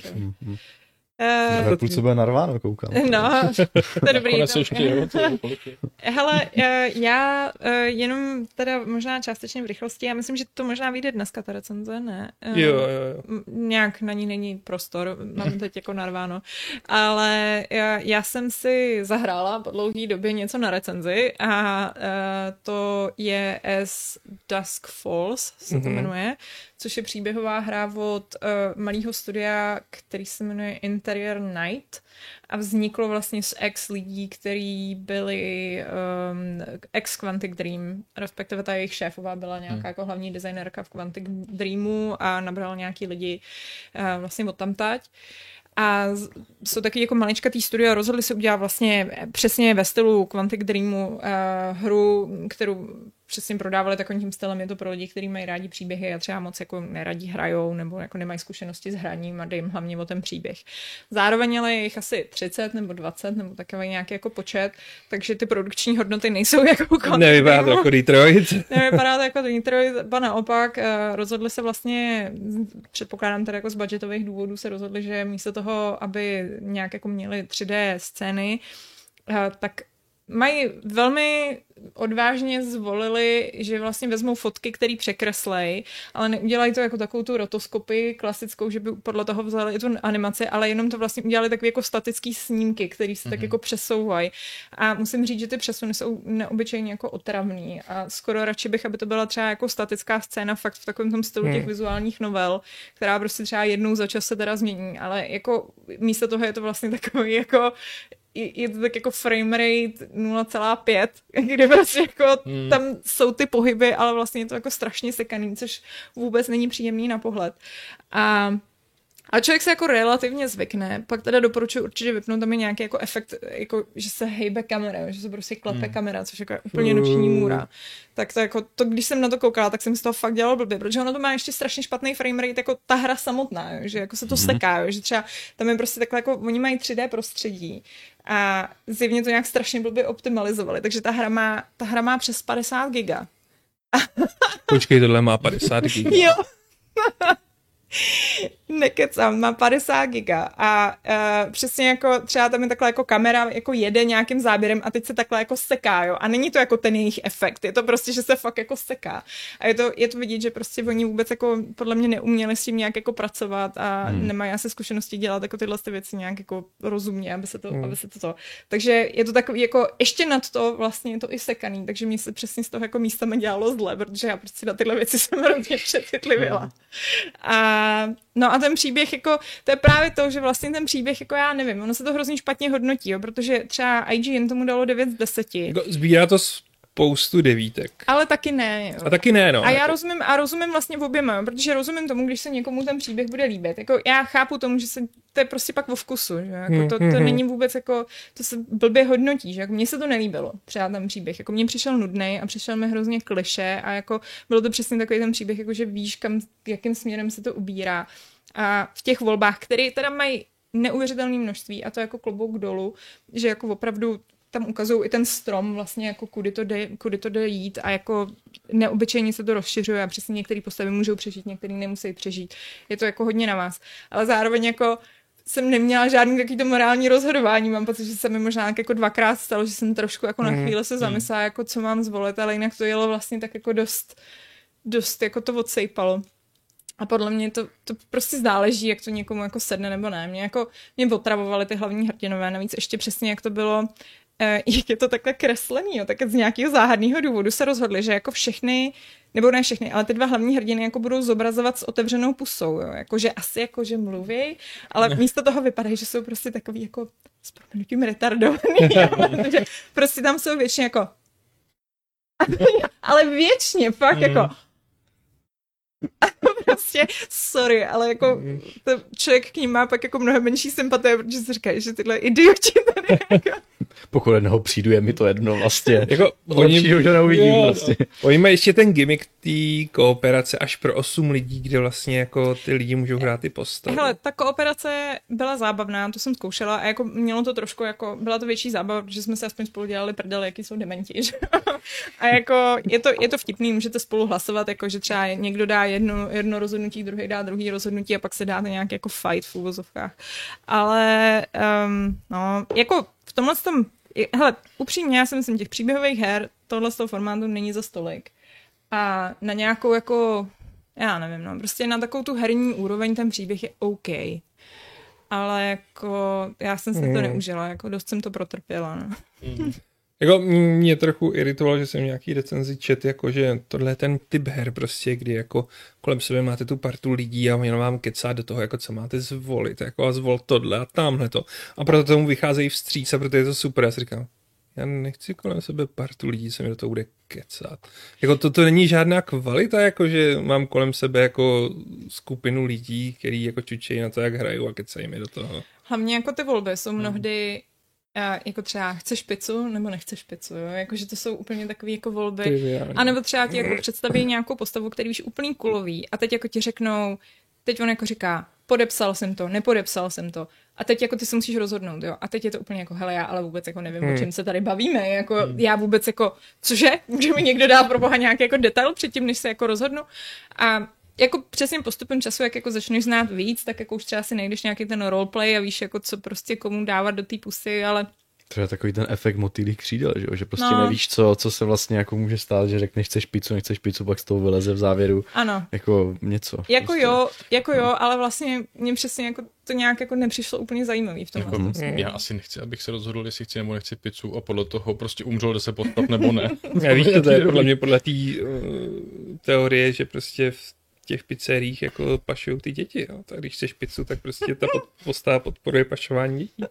Ve půlce bude narváno, koukám. No, to je dobrý. Hele, já jenom teda možná částečně v rychlosti, já myslím, že to možná vyjde dneska ta recenze, ne? Jo. Nějak na ní není prostor, mám teď jako narváno, ale já jsem si zahrála po dlouhé době něco na recenzi a to je As Dusk Falls, se to jmenuje, což je příběhová hra od malého studia, který se jmenuje Interior Night a vzniklo vlastně z lidí, kteří byli ex Quantic Dream, respektive ta jejich šéfová byla nějaká jako hlavní designérka v Quantic Dreamu a nabral nějaký lidi vlastně odtamtať. A jsou taky jako maličkatý studio, rozhodli se udělat vlastně přesně ve stylu Quantic Dreamu hru, kterou přesně prodávali takovým tím stylem. Je to pro lidi, kteří mají rádi příběhy a třeba moc jako neradí hrajou nebo jako nemají zkušenosti s hraním a jde jim hlavně o ten příběh. Zároveň ale je jich asi 30 nebo 20 nebo takový nějaký jako počet, takže ty produkční hodnoty nejsou jako Quantic Dreamu. Nevypadá to jako Detroit. Nevypadá to jako Detroit, ba naopak. Rozhodli se vlastně, předpokládám teda jako z budgetových důvodů se rozhodli, že místo toho, aby nějak jako měli 3D scény, tak mají velmi odvážně zvolili, že vlastně vezmou fotky, které překreslej, ale neudělají to jako takovou tu rotoskopii klasickou, že by podle toho vzali i tu animaci, ale jenom to vlastně udělali takové jako statické snímky, které se tak jako přesouvají. A musím říct, že ty přesuny jsou neobyčejně jako otravný a skoro radši bych, aby to byla třeba jako statická scéna fakt v takovém tom stylu těch vizuálních novel, která prostě třeba jednou za čas se teda změní, ale jako místo toho je to vlastně takový jako je to tak jako frame rate 0,5, kde prostě jako tam jsou ty pohyby, ale vlastně je to jako strašně sekaný, což vůbec není příjemný na pohled. A člověk se jako relativně zvykne, pak teda doporučuji určitě vypnout, tam je nějaký jako efekt, jako, že se hejbe kamera, že se prostě klepe kamera, což jako je úplně noční můra. Tak to jako, to, když jsem na to koukala, tak jsem z toho fakt dělala blbě, protože ono to má ještě strašně špatný frame rate, jako ta hra samotná, jo, že jako se to steká, jo, že třeba tam je prostě takhle jako, oni mají 3D prostředí a zjevně to nějak strašně blbě optimalizovali, takže ta hra má přes 50 giga. Počkej, tohle má 50 giga. Jo. nekecám, má 50 giga a přesně jako třeba tam je takhle jako kamera jako jede nějakým záběrem a teď se takhle jako seká, jo, a není to jako ten jejich efekt, je to prostě, že se fakt jako seká a je to vidět, že prostě oni vůbec jako podle mě neuměli s tím nějak jako pracovat a nemají asi zkušenosti dělat jako tyhle věci nějak jako rozumně, aby se to. Takže je to takový jako ještě nad to vlastně je to i sekaný, takže mě se přesně z toho jako místama dělalo zle, protože já prostě na tyhle věci jsem hrozně přecitlivěla. No a ten příběh jako, to je právě to, že vlastně ten příběh jako já nevím, ono se to hrozně špatně hodnotí, jo, protože třeba IGN tomu dalo 9 z 10. Jako zbírá to spoustu devítek. Ale taky ne, jo. A taky ne, no. A já rozumím vlastně v oběma, jo, protože rozumím tomu, když se někomu ten příběh bude líbit. Jako já chápu tomu, že to je prostě pak o vkusu, že jako to není vůbec jako, to se blbě hodnotí, že jako mně se to nelíbilo, třeba ten příběh, jako mně přišel nudnej a přišel mi hrozně klišé a jako bylo to přesně takový ten příběh, jako že víš, jakým směrem se to ubírá. A v těch volbách, které teda mají neuvěřitelné množství a to jako klobouk dolů, že jako opravdu tam ukazují i ten strom vlastně jako kudy to jde jít a jako neobyčejně se to rozšiřuje a přesně některé postavy můžou přežít, některé nemusí přežít. Je to jako hodně na vás. Ale zároveň jako jsem neměla žádný takovýto morální rozhodování. Mám pocit, že se mi možná jako dvakrát stalo, že jsem trošku jako na chvíli se zamyslela, jako co mám zvolit, ale jinak to jelo vlastně tak jako dost jako to odsejpalo. A podle mě to prostě záleží, jak to někomu jako sedne nebo ne. Mě otravovali ty hlavní hrdinové, navíc ještě přesně jak to bylo, jak je to takhle kreslený, jo, tak z nějakého záhadného důvodu se rozhodli, že jako všechny, nebo ne všechny, ale ty dva hlavní hrdiny jako budou zobrazovat s otevřenou pusou, jo, jakože asi jakože mluví, ale místo toho vypadají, že jsou prostě takový jako s proměnutím retardovaný, protože prostě tam jsou většině jako ale věčně, fakt jako prostě, sorry, ale jako to člověk k ním má pak jako mnohem menší sympatie, protože se říká, že tyhle idioti tady jako... Pokud jednoho přijdu, je mi to jedno vlastně. Jako oni už ho neuvidím prostě. Oni mají ještě ten gimmick té kooperace až pro 8 lidí, kde vlastně jako ty lidi můžou hrát ty postavy. Hele, ta kooperace byla zábavná, to jsem zkoušela a jako mělo to trošku jako, byla to větší zábava, protože jsme se aspoň spolu dělali prdele, jaký jsou dementi, že? A jako je to vtipný, můžete spolu hlasovat, jako že třeba někdo dá jedno rozhodnutí, druhý dá druhý rozhodnutí a pak se dáte nějak jako fight v úvozovkách. Ale no, jako v tomhle tom, hele, upřímně, já si myslím, těch příběhových her tohle z toho formátu není za stolik. A na nějakou jako, já nevím, no, prostě na takovou tu herní úroveň ten příběh je OK. Ale jako, já jsem si to neužila, jako dost jsem to protrpěla, no. Jako mě trochu iritovalo, že jsem nějaký recenzi čet, jako že tohle je ten typ her prostě, kdy jako kolem sebe máte tu partu lidí a jenom vám kecá do toho, jako co máte zvolit, jako a zvol tohle a tamhle to. A proto tomu vycházejí vstříc a proto je to super. Já si říkám, já nechci kolem sebe partu lidí, co mi do toho bude kecat. Jako to není žádná kvalita, jako že mám kolem sebe jako skupinu lidí, který jako čučejí na to, jak hrajou a kecají mi do toho. Hlavně jako ty volby jsou mnohdy jako třeba chceš pizzu nebo nechceš pizzu, jo? Jakože to jsou úplně takové jako volby. A nebo třeba ti jako představí nějakou postavu, který už úplně kulový a teď jako ti řeknou, teď on jako říká, podepsal jsem to, nepodepsal jsem to a teď jako ty se musíš rozhodnout, jo? A teď je to úplně jako, hele, já ale vůbec jako nevím, o čem se tady bavíme, jako já vůbec jako, cože? Může mi někdo dát pro boha nějaký jako detail předtím, než se jako rozhodnu? A jako přesně postupem času, jak jako začneš znát víc, tak jako už třeba si najdeš nějaký ten roleplay a víš, jako co prostě komu dávat do té pusy, ale... To je takový ten efekt motýlých křídel, že prostě nevíš, co se vlastně jako může stát, že řekneš, nechceš pizzu, pak z toho vyleze v závěru. Ano. Jako něco. Jako jo, ale vlastně mě přesně jako to nějak jako nepřišlo úplně zajímavý v tom. Jako, já asi nechci, abych se rozhodl, jestli chci nebo nechci pizzu a podle toho prostě umřel, kde se postav nebo ne. Já víš, to je podle mě podle té teorie, že prostě v těch pizzeriích jako pašují ty děti, jo. Tak když chceš pizzu, tak prostě ta postava podporuje pašování dětí.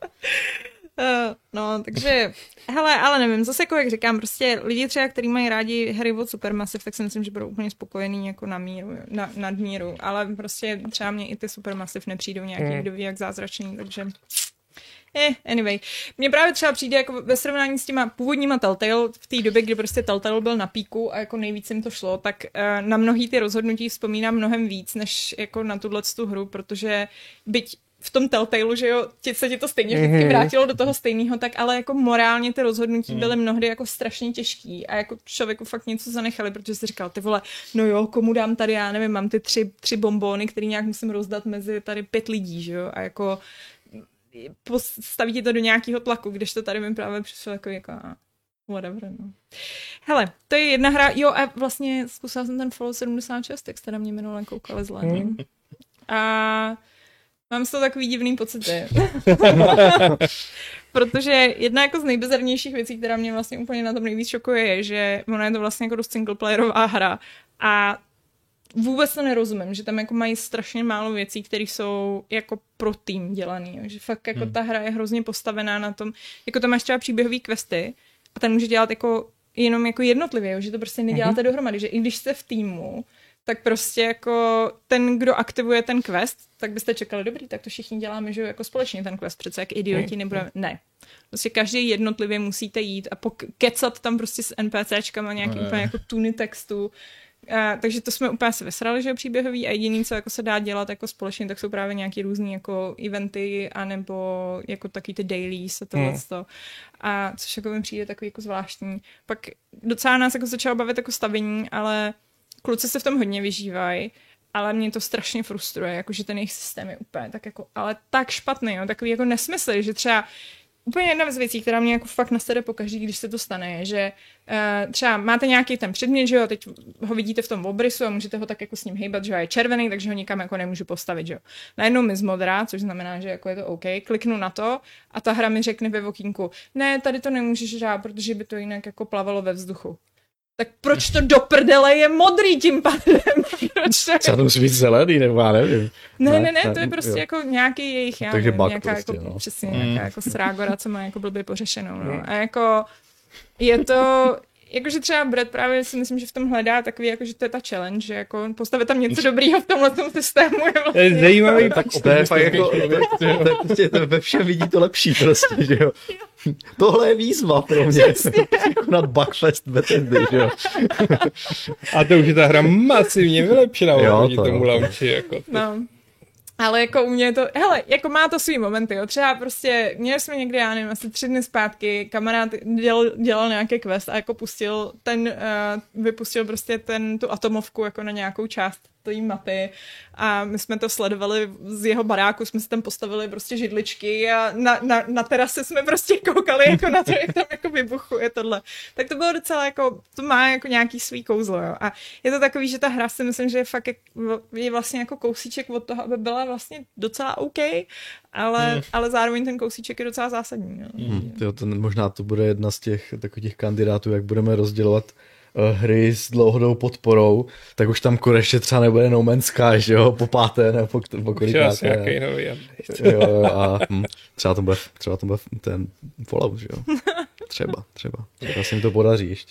No, takže, hele, ale nevím, zase jako jak říkám, prostě lidi třeba, kteří mají rádi hry od Supermassive, tak si myslím, že budou úplně spokojení jako nadmíru, ale prostě třeba mě i ty Supermassive nepřijdou nějaký kdo ví jak zázračný, takže anyway. Mně právě třeba přijde jako ve srovnání s těma původníma Telltale v té době, kdy prostě Telltale byl na píku a jako nejvíc jim to šlo, tak na mnohý ty rozhodnutí vzpomínám mnohem víc, než jako na tuhle hru, protože byť v tom Telltale, že jo, se ti to stejně vždycky vrátilo do toho stejného, tak ale jako morálně ty rozhodnutí byly mnohdy jako strašně těžký a jako člověku fakt něco zanechali, protože si říkal, ty vole, no jo, komu dám tady, já nevím, mám ty tři bonbóny, který nějak musím rozdat mezi tady 5 lidí, že jo, a jako postaví ti to do nějakého tlaku, když to tady mi právě přišlo jako whatever, no. Hele, to je jedna hra, jo, a vlastně zkusila jsem ten Fallout 76, jak jste na mě minule koukali z lény. A mám z toho takový divný pocity. Protože jedna jako z nejbizarnějších věcí, která mě vlastně úplně na tom nejvíc šokuje, je, že ona je to vlastně jako dost singleplayerová hra a vůbec to nerozumím, že tam jako mají strašně málo věcí, které jsou jako pro tým dělaný, že fakt jako ta hra je hrozně postavená na tom, jako tam máš třeba příběhový questy a ten může dělat jako jenom jako jednotlivě, že to prostě neděláte dohromady, že i když jste v týmu, tak prostě jako ten, kdo aktivuje ten quest, tak byste čekali, dobrý, tak to všichni děláme, že jako společně ten quest, přece jak idioti nebudeme, ne. Prostě každý jednotlivě musíte jít a kecat tam prostě s NPCčkama nějaký úplně jako tuny textu. Takže to jsme úplně se vysrali, že je příběhový a jediný, co jako se dá dělat jako společně, tak jsou právě nějaký různý jako eventy anebo jako taky ty dailies a tohleto. A což jako mi přijde takový jako zvláštní. Pak docela nás jako začalo bavit jako stavění, ale kluci se v tom hodně vyžívají, ale mě to strašně frustruje, jakože ten jejich systém je úplně tak jako, ale tak špatný, jo, takový jako nesmysl, že třeba úplně jedna z věcí, která mě jako fakt nasede pokaždý, když se to stane, je, že třeba máte nějaký ten předmět, že jo, teď ho vidíte v tom obrysu a můžete ho tak jako s ním hejbat, že jo, je červený, takže ho nikam jako nemůžu postavit, že jo. Najednou mi zmodrá, což znamená, že jako je to OK, kliknu na to a ta hra mi řekne ve okýnku, ne, tady to nemůžeš hrát, protože by to jinak jako plavalo ve vzduchu. Tak proč to do prdele je modrý tím pádem? Co to musí být zelený, nebo já nevím. Ne, to je prostě jako nějaký jejich, já takže nevím, nějaká prostě, jako, no. přesně, nějaká jako srágora, co má jako blbě pořešenou, no. A jako je to, jakože třeba Brad právě si myslím, že v tom hledá takový, jakože to je ta challenge, že jako postavit tam něco dobrýho v tomhle systému je vlastně... To je zajímavý, tak to je fakt jako, to ve všem vidí to lepší prostě, že jo. Tohle je výzva pro mě. Konat Bugfest Bethesdy, že jo. A to už je ta hra masivně vylepšená oproti tomu launchi, jako. No. Ale jako u mě je to, hele, jako má to svý momenty, jo. Třeba prostě, měli jsme někdy, já nevím, asi 3 dny zpátky, kamarád dělal nějaký quest a jako vypustil prostě tu atomovku jako na nějakou část té mapy a my jsme to sledovali z jeho baráku, jsme si tam postavili prostě židličky a na terase jsme prostě koukali jako na to, jak tam jako vybuchuje tohle. Tak to bylo docela jako, to má jako nějaký svý kouzlo, jo. A je to takový, že ta hra si myslím, že je fakt je vlastně jako kousíček od toho, aby byla vlastně docela OK, ale zároveň ten kousíček je docela zásadní. Jo, možná to bude jedna z těch takových kandidátů, jak budeme rozdělovat hry s dlouhodobou podporou, tak už tam konečně třeba nebude No Man's Sky, že jo, po páté nebo po kolikáté. A třeba to bude ten Fallout, že jo. Třeba. Tak se mi to podaří ještě.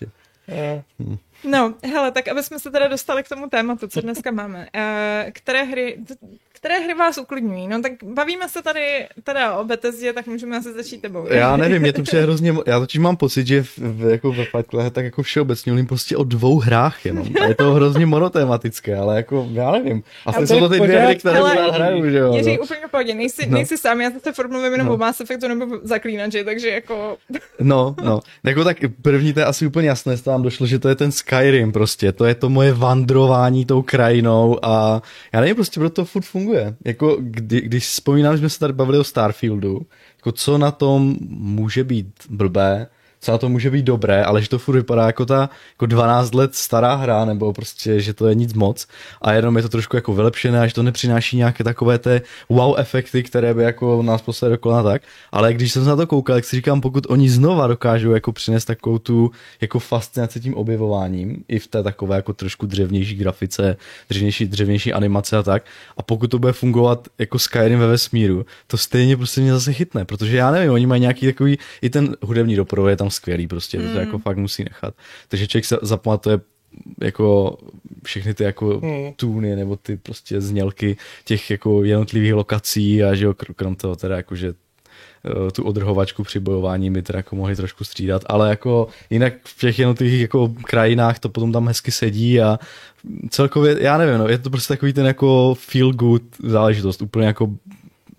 No, hele, tak aby jsme se teda dostali k tomu tématu, co dneska máme. Které hry vás uklidňují? No tak bavíme se tady teda o Bethesdě, tak můžeme asi začít tebou. Já nevím, mě to přijde hrozně, já totiž mám pocit, že jako ve Fight Club tak jako všeobecně mluvím prostě o 2 hrách jenom. A je to hrozně monotematické, ale jako já nevím. Asi jsou to ty 2 hry, které hraju, že jo. Jiří, úplně v pohodě, nejsi sám, já se furt mluvím jenom o Mass Effectu nebo Zaklínači, takže jako... No, jako tak první to je asi úplně jasné, tam došlo, že to je ten Skyrim prostě, to je to moje vandrování tou krajinou a já nevím prostě, proto to furt funguje. Jako když vzpomínám, že jsme se tady bavili o Starfieldu, jako co na tom může být blbé, co na to může být dobré, ale že to furt vypadá jako ta jako 12 let stará hra, nebo prostě, že to je nic moc a jenom je to trošku jako vylepšené a že to nepřináší nějaké takové té wow efekty, které by jako nás poslali do kolena tak, ale když jsem na to koukal, tak si říkám, pokud oni znova dokážou jako přinést takovou tu jako fascinaci tím objevováním i v té takové jako trošku dřevnější grafice, dřevnější animace a tak, a pokud to bude fungovat jako Skyrim ve vesmíru, to stejně prostě mě zase chytne, protože já nevím, oni mají nějaký takový, i ten hudební doprovod je tam skvělý prostě, to jako fakt musí nechat. Takže člověk se zapamatuje jako všechny ty jako tůny nebo ty prostě znělky těch jako jednotlivých lokací a že jo, krom toho teda jako, že tu odrhovačku při bojování mi teda jako mohli trošku střídat, ale jako jinak v těch jednotlivých jako krajinách to potom tam hezky sedí a celkově, já nevím, no, je to prostě takový ten jako feel good záležitost, úplně jako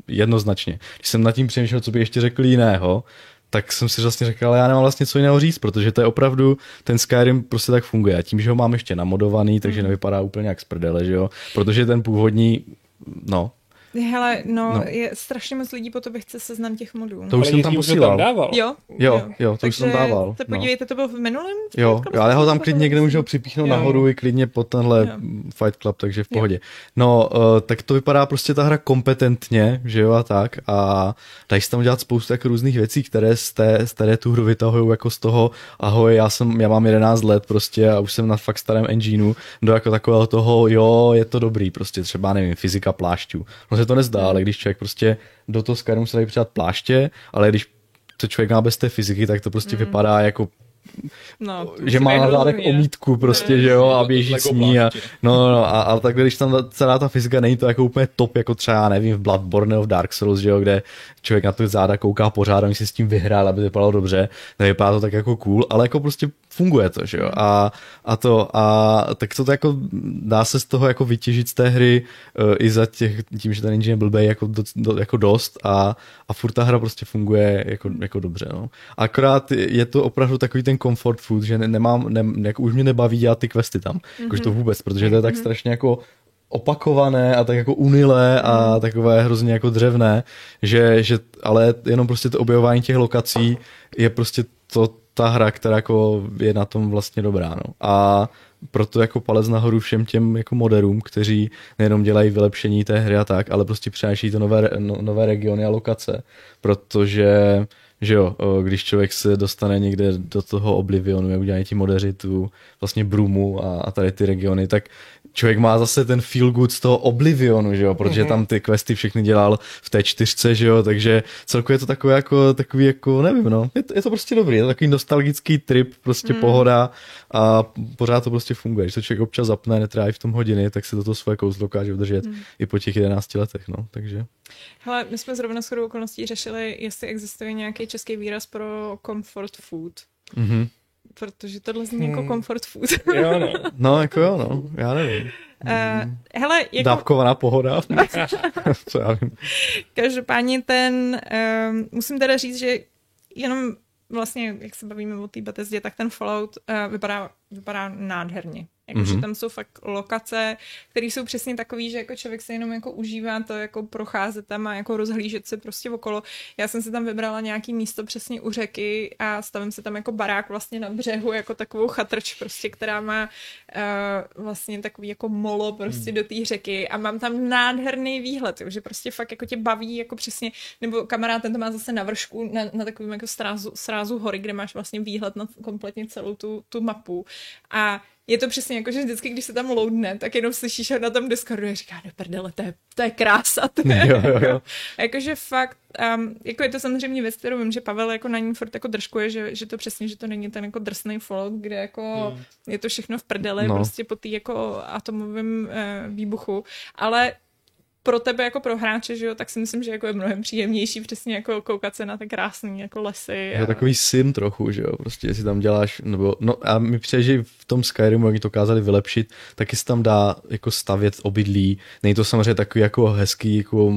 jednoznačně. Když jsem nad tím přemýšlel, co by ještě řekl jiného, tak jsem si vlastně řekl, ale já nemám vlastně co jiného říct, protože to je opravdu, ten Skyrim prostě tak funguje. A tím, že ho mám ještě namodovaný, takže nevypadá úplně jak z prdele, že jo? Protože ten původní, no. Hele, no, je strašně moc lidí po tobě chce seznam těch modů. To už jsem tam posílal. dával. Jo, to už jsem dával. Tak podívejte, to bylo v minulém? Jo, ale ho tam klidně někde můžu připíchnout nahoru i klidně pod tenhle Fight Club, takže v pohodě. No, tak to vypadá prostě ta hra kompetentně, že jo, a tak. A dají se tam dělat spoustu jako různých věcí, které z té tu hru vytahují jako z toho, ahoj, já mám 11 let prostě a už jsem na fakt starém engineu, do jako takového toho, jo, je to dobrý, prostě třeba, nevím, fyzika plášťů. No se to nezdá, ale když člověk prostě do toho Skyrimu se dají přát pláště, ale když to člověk má bez té fyziky, tak to prostě vypadá jako že má na zádech omítku prostě, že jo, a běží s ní a ale tak když tam celá ta fyzika není to jako úplně top, jako třeba, nevím, v Bloodborne nebo v Dark Souls, že jo, kde člověk na to záda kouká pořád a si s tím vyhrál, aby to vypadalo dobře, tak vypadá to tak jako cool, ale jako prostě funguje to, že jo, a tak to jako dá se z toho jako vytěžit z té hry i za tím, že ten engine je blbej jako dost a furt ta hra prostě funguje jako dobře, no. Akorát je to opravdu takový ten comfort food, že jako už mě nebaví dělat ty questy tam, jakož to vůbec, protože to je tak strašně jako opakované a tak jako unilé a takové hrozně jako dřevné, že ale jenom prostě to objevování těch lokací je prostě ta hra, která jako je na tom vlastně dobrá, no. A proto jako palec nahoru všem těm jako moderům, kteří nejenom dělají vylepšení té hry a tak, ale prostě přináší to nové regiony a lokace, protože že jo, když člověk se dostane někde do toho Oblivionu, jak udělají ti modeři tu vlastně Brumu a tady ty regiony, tak člověk má zase ten feel good z toho Oblivionu, že jo, protože tam ty questy všechny dělal v té 4, že jo, takže celkově je to takový jako nevím, no, je to prostě dobrý, je to takový nostalgický trip, prostě pohoda a pořád to prostě funguje, když to člověk občas zapne, netráví v tom hodiny, tak se to svoje kouzlo dokáže udržet i po těch 11 letech, no, takže. Hele, my jsme zrovna shodou okolností řešili, jestli existuje nějaký český výraz pro comfort food. Protože tohle zní jako comfort food. Jo, no. No, jako jo, no, já nevím. Hele, jako... Dávkovaná pohoda. Co já vím. Každopádně musím teda říct, že jenom vlastně, jak se bavíme o té Bethesdě, tak ten Fallout vypadá nádherně. Jakože tam jsou fakt lokace, které jsou přesně takový, že jako člověk se jenom jako užívá to jako procházet tam a jako rozhlížet se prostě okolo. Já jsem si tam vybrala nějaký místo přesně u řeky a stavím se tam jako barák vlastně na břehu, jako takovou chatrč prostě, která má vlastně takový jako molo prostě do té řeky a mám tam nádherný výhled, že prostě fakt jako tě baví jako přesně, nebo kamarád ten to má zase na vršku, na takovém jako srázu hory, kde máš vlastně výhled na kompletně celou tu mapu a je to přesně jako, že vždycky, když se tam loadne, tak jenom slyšíš na tom Discordu a říká, do prdele, to je krása. Jo. Jakože fakt, jako je to samozřejmě věc, kterou vím, že Pavel jako na ní furt jako držkuje, že to přesně, že to není ten jako drsnej Fallout, kde jako je to všechno v prdele, prostě po té jako atomovém výbuchu, ale pro tebe jako pro hráče, že jo, tak si myslím, že jako je mnohem příjemnější přesně jako koukat se na ty krásné jako lesy. Je to takový sim trochu, že jo, prostě si tam děláš, nebo, no a mi přijde, že v tom Skyrimu, jak to dokázali vylepšit, taky se tam dá jako stavět obydlí, není to samozřejmě takový jako hezký, jako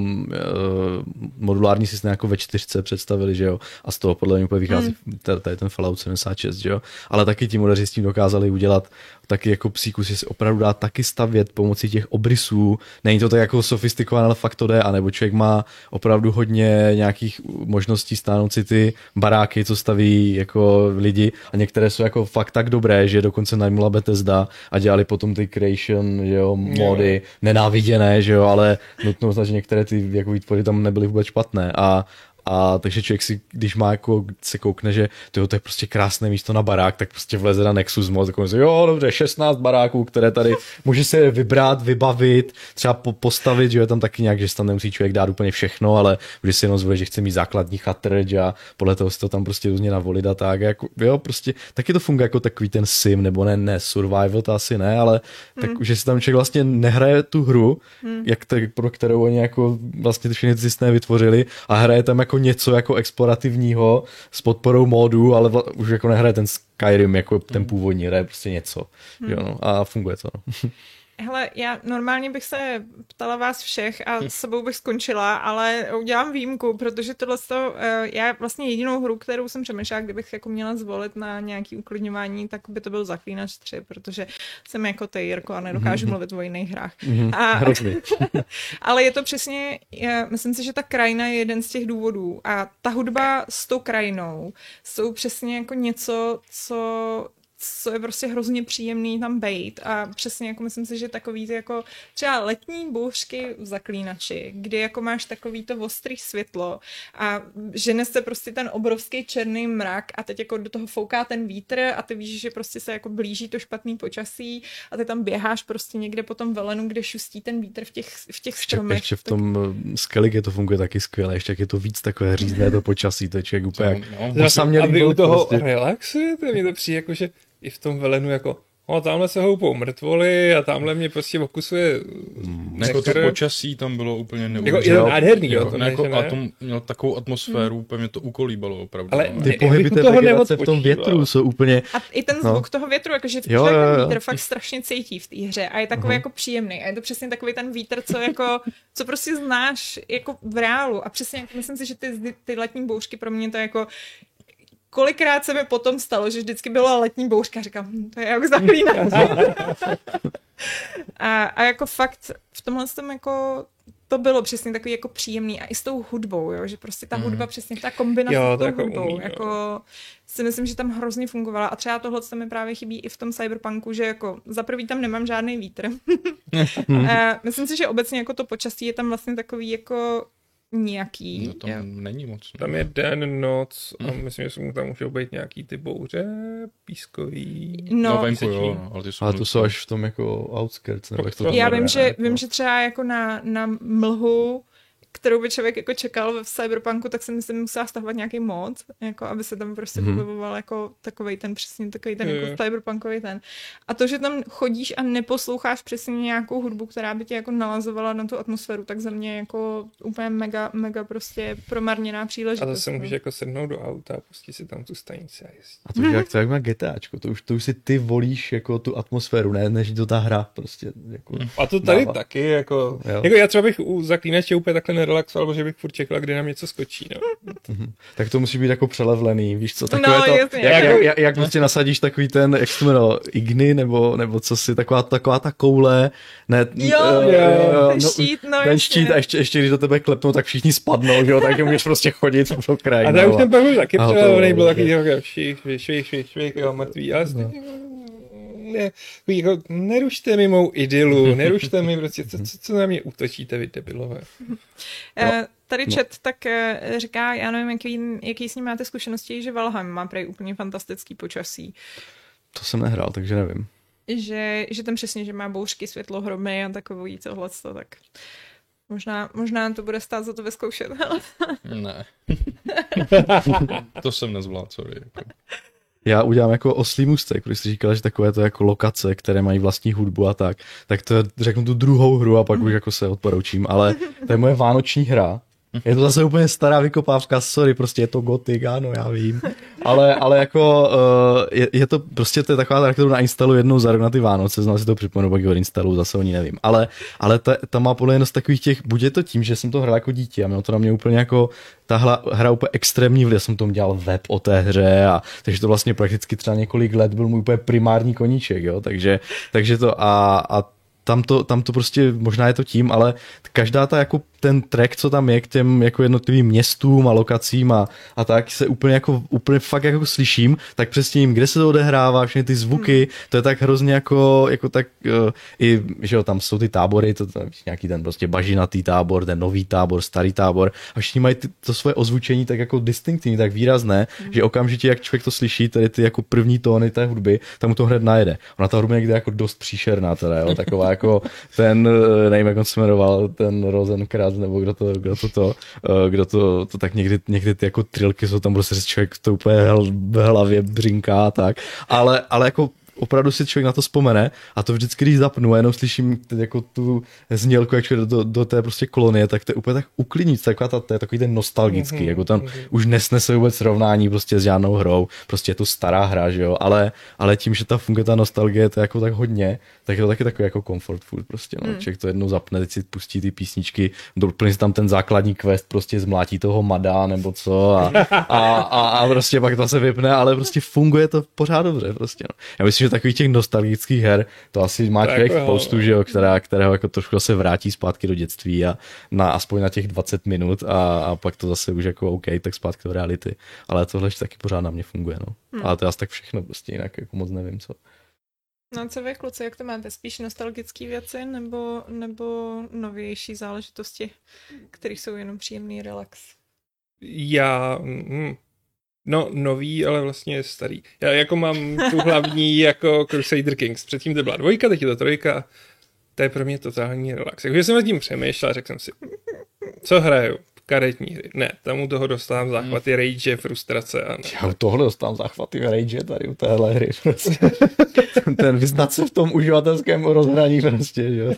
modulární systém jako ve 4 představili, že jo, a z toho podle mě úplně vychází tady ten Fallout 76, že jo, ale taky ti modeři s tím dokázali udělat taky jako psíku si opravdu dá taky stavět pomocí těch obrysů, není to tak jako sofistikované, ale fakt to jde, anebo člověk má opravdu hodně nějakých možností stáhnout si ty baráky, co staví jako lidi a některé jsou jako fakt tak dobré, že dokonce najmula Bethesda a dělali potom ty creation, že jo, mody, nenáviděné, že jo, ale nutno znamená, že některé ty jako výtvory tam nebyly vůbec špatné a takže člověk si, když má jako se koukne, že to je prostě krásné místo na barák, tak prostě vleze na Nexus Mod, tak on říká, jo, dobře, 16 baráků, které tady může se vybrat, vybavit, třeba postavit, že je tam taky nějak, že si tam nemusí člověk dát úplně všechno, ale může si jenom zvolit, že chce mít základní chatrč a podle toho si to tam prostě různě navolit a tak, jako, jo, prostě taky to funguje jako takový ten sim, nebo ne survival, to asi ne, ale tak, že si tam člověk vlastně nehraje tu hru, pro kterou oni jako vlastně ty všechny ty systémy vytvořili a hraje tam jako něco jako explorativního s podporou módů, ale už jako nehraje ten Skyrim jako ten původní, hraje prostě něco. Jo, no, a funguje to. No. Hele, já normálně bych se ptala vás všech a s sebou bych skončila, ale udělám výjimku, protože já vlastně jedinou hru, kterou jsem přemýšlela, kdybych jako měla zvolit na nějaký uklidňování, tak by to byl Zaklínač 3, protože jsem jako ty, Jirko, a nedokážu mluvit o jiných hrách. Ale je to přesně, myslím si, že ta krajina je jeden z těch důvodů a ta hudba s tou krajinou jsou přesně jako něco, co je prostě hrozně příjemný tam bejt a přesně jako myslím si, že takový ty jako třeba letní bouřky v Zaklínači, kdy jako máš takový to ostrý světlo a žene se prostě ten obrovský černý mrak a teď jako do toho fouká ten vítr a ty víš, že prostě se jako blíží to špatný počasí a ty tam běháš prostě někde po tom velenu, kde šustí ten vítr v těch stromech. Ještě v tom Skellige to funguje taky skvěle, ještě jak je to víc takové řízné to počasí, to je člověk úplně jak aby u toho prostě relaxujete, mi to přijde jako, že i v tom velenu jako, tamhle se houpou mrtvoly a tamhle mě prostě okusuje jako to počasí tam bylo úplně neuvěřitelné. Jako je to nádherný, jo. A to mělo takovou atmosféru, úplně mě to ukolíbalo opravdu. Ale ty pohyby té vegetace v tom větru jsou úplně... A i ten zvuk toho větru, jakože ten vítr fakt strašně cítí v té hře a je takový jako příjemný. A je to přesně takový ten vítr, co prostě znáš jako v reálu. A přesně jako myslím si, že ty letní bouřky pro mě to jako kolikrát se mi potom stalo, že vždycky byla letní bouřka a říkám, to je jak Zaklínač. a jako fakt v tomhle tom jako to bylo přesně takový jako příjemný a i s tou hudbou, jo, že prostě ta hudba přesně ta kombinace s tou hudbou, jako si myslím, že tam hrozně fungovala a třeba tohle mi právě chybí i v tom Cyberpunku, že jako za prvý tam nemám žádný vítr. Myslím si, že obecně jako to počasí je tam vlastně takový jako nějaký. No tam není moc. Tam je den, noc a myslím, že tam můžou být nějaký ty bouře, pískový. No venku, jo, ale to jsou až v tom jako outskirts. Nebo to já vím, že třeba jako na mlhu, kterou by člověk jako čekal v Cyberpunku, tak jsem musela stahovat nějaký mod, jako aby se tam prostě vyboval jako takovej ten jako cyberpunkový ten. A to, že tam chodíš a neposloucháš přesně nějakou hudbu, která by tě jako nalazovala na tu atmosféru, tak za mě jako úplně mega prostě promarněná příležitost. A zase můžeš jako sednout do auta a pustit si tam tu stanici a jezdit. A to jak má GTAčko, to už si ty volíš jako tu atmosféru, ne, než to ta hra prostě. Jako a to tady taky, jako já třeba bych u Zaklínače úplně takhle nerelaxoval, protože bych furt čekal, kdy nám něco skočí. No. Tak to musí být jako přelevlený, víš co? Takové jak prostě nasadíš takový ten, jak se to jmenuje, igny, nebo co si, taková ta koule. Ne, ten štít a ještě když do tebe klepnou, tak všichni spadnou, že jo, tak můžeš prostě chodit po kraji. A tak už ten pak byl taky přelevený, byl taky švih, mrtvý, ale jako, nerušte mi mou idylu, nerušte mi prostě, co na mě útočíte, vy debilové. Tady chat tak říká, já nevím, jaký s ním máte zkušenosti, že Valheim má prej úplně fantastický počasí. To jsem nehrál, takže nevím. Že tam přesně, že má bouřky, světlo, hromy a takový tohleto, tak možná to bude stát za to vyzkoušet. Ne. To jsem nezvládl, sorry. Já udělám jako oslý můstek, protože jsi říkala, že takové to jako lokace, které mají vlastní hudbu a tak to řeknu tu druhou hru a pak už jako se odporoučím, ale to je moje vánoční hra. Je to zase úplně stará vykopávka, sorry, prostě je to gotik, ano, já vím. Ale jako je to prostě to je taková hra, kterou nainstaluji jednou za rok na ty Vánoce, znamená si to připomenu, pak ji odinstaluji, zase o ní nevím. Ale ta má podle jenom z takových těch, buď je to tím, že jsem to hrál jako dítě a mělo to na mě úplně jako ta hra úplně extrémní vliv, já jsem tomu dělal web o té hře takže to vlastně prakticky třeba několik let byl můj úplně primární koníček, jo, takže to a tam to prostě, možná je to tím, ale každá ta jako ten track, co tam je k těm jako jednotlivým městům a lokacím a tak se úplně fakt jako slyším, tak přesně jim, kde se to odehrává, všechny ty zvuky, to je tak hrozně jako tak i, že jo, tam jsou ty tábory, to nějaký ten prostě bažinatý tábor, ten nový tábor, starý tábor a všichni mají to svoje ozvučení tak jako distinktivní, tak výrazné, že okamžitě, jak člověk to slyší, tady ty jako první tóny té hudby, tam mu to hned najede. Ona ta hudba někde jako dost příšerná teda, jo, taková jako ten, nevím, jak on se jmenoval, ten Rosenkranz, nebo kdo to tak někdy ty jako trilky jsou tam prostě člověk to úplně v hlavě břinká a tak, ale jako opravdu si člověk na to vzpomene a to vždycky, když zapnu a jenom slyším jako tu znělku, jak jde do té prostě kolonie, tak to je úplně tak uklidníc, to je takový ten nostalgický, jako tam už nesnese vůbec srovnání prostě s žádnou hrou, prostě je to stará hra, že jo, ale tím, že ta funguje ta nostalgie, to je jako tak hodně, tak je to taky takový jako comfort food prostě, no. Člověk to jednou zapne, teď si pustí ty písničky, doplní si tam ten základní quest, prostě zmlátí toho mada nebo co a prostě pak to se vypne, ale prostě funguje to pořád dobře prostě, no. Já myslím, že takových těch nostalgických her, to asi má člověk spoustu, že jo, kterého jako trošku se vrátí zpátky do dětství a aspoň na těch 20 minut a pak to zase už jako OK, tak zpátky do reality, ale tohle taky pořád na mě funguje, no. Ale to je asi tak všechno, prostě jinak jako moc nevím, co. No co vy, kluci, jak to máte? Spíš nostalgické věci nebo novější záležitosti, které jsou jenom příjemný relax? No, nový, ale vlastně starý. Já jako mám tu hlavní jako Crusader Kings. Předtím to byla 2, teď je to 3. To je pro mě totální relax. Takže jsem nad tím přemýšlel a řekl jsem si, co hraju? Karetní hry. Ne, tam u toho dostávám záchvaty rage, frustrace. A ne. Já u tohle dostávám záchvaty rage tady u téhle hry. Prostě. Ten vyznat se v tom uživatelském rozhraní prostě, že?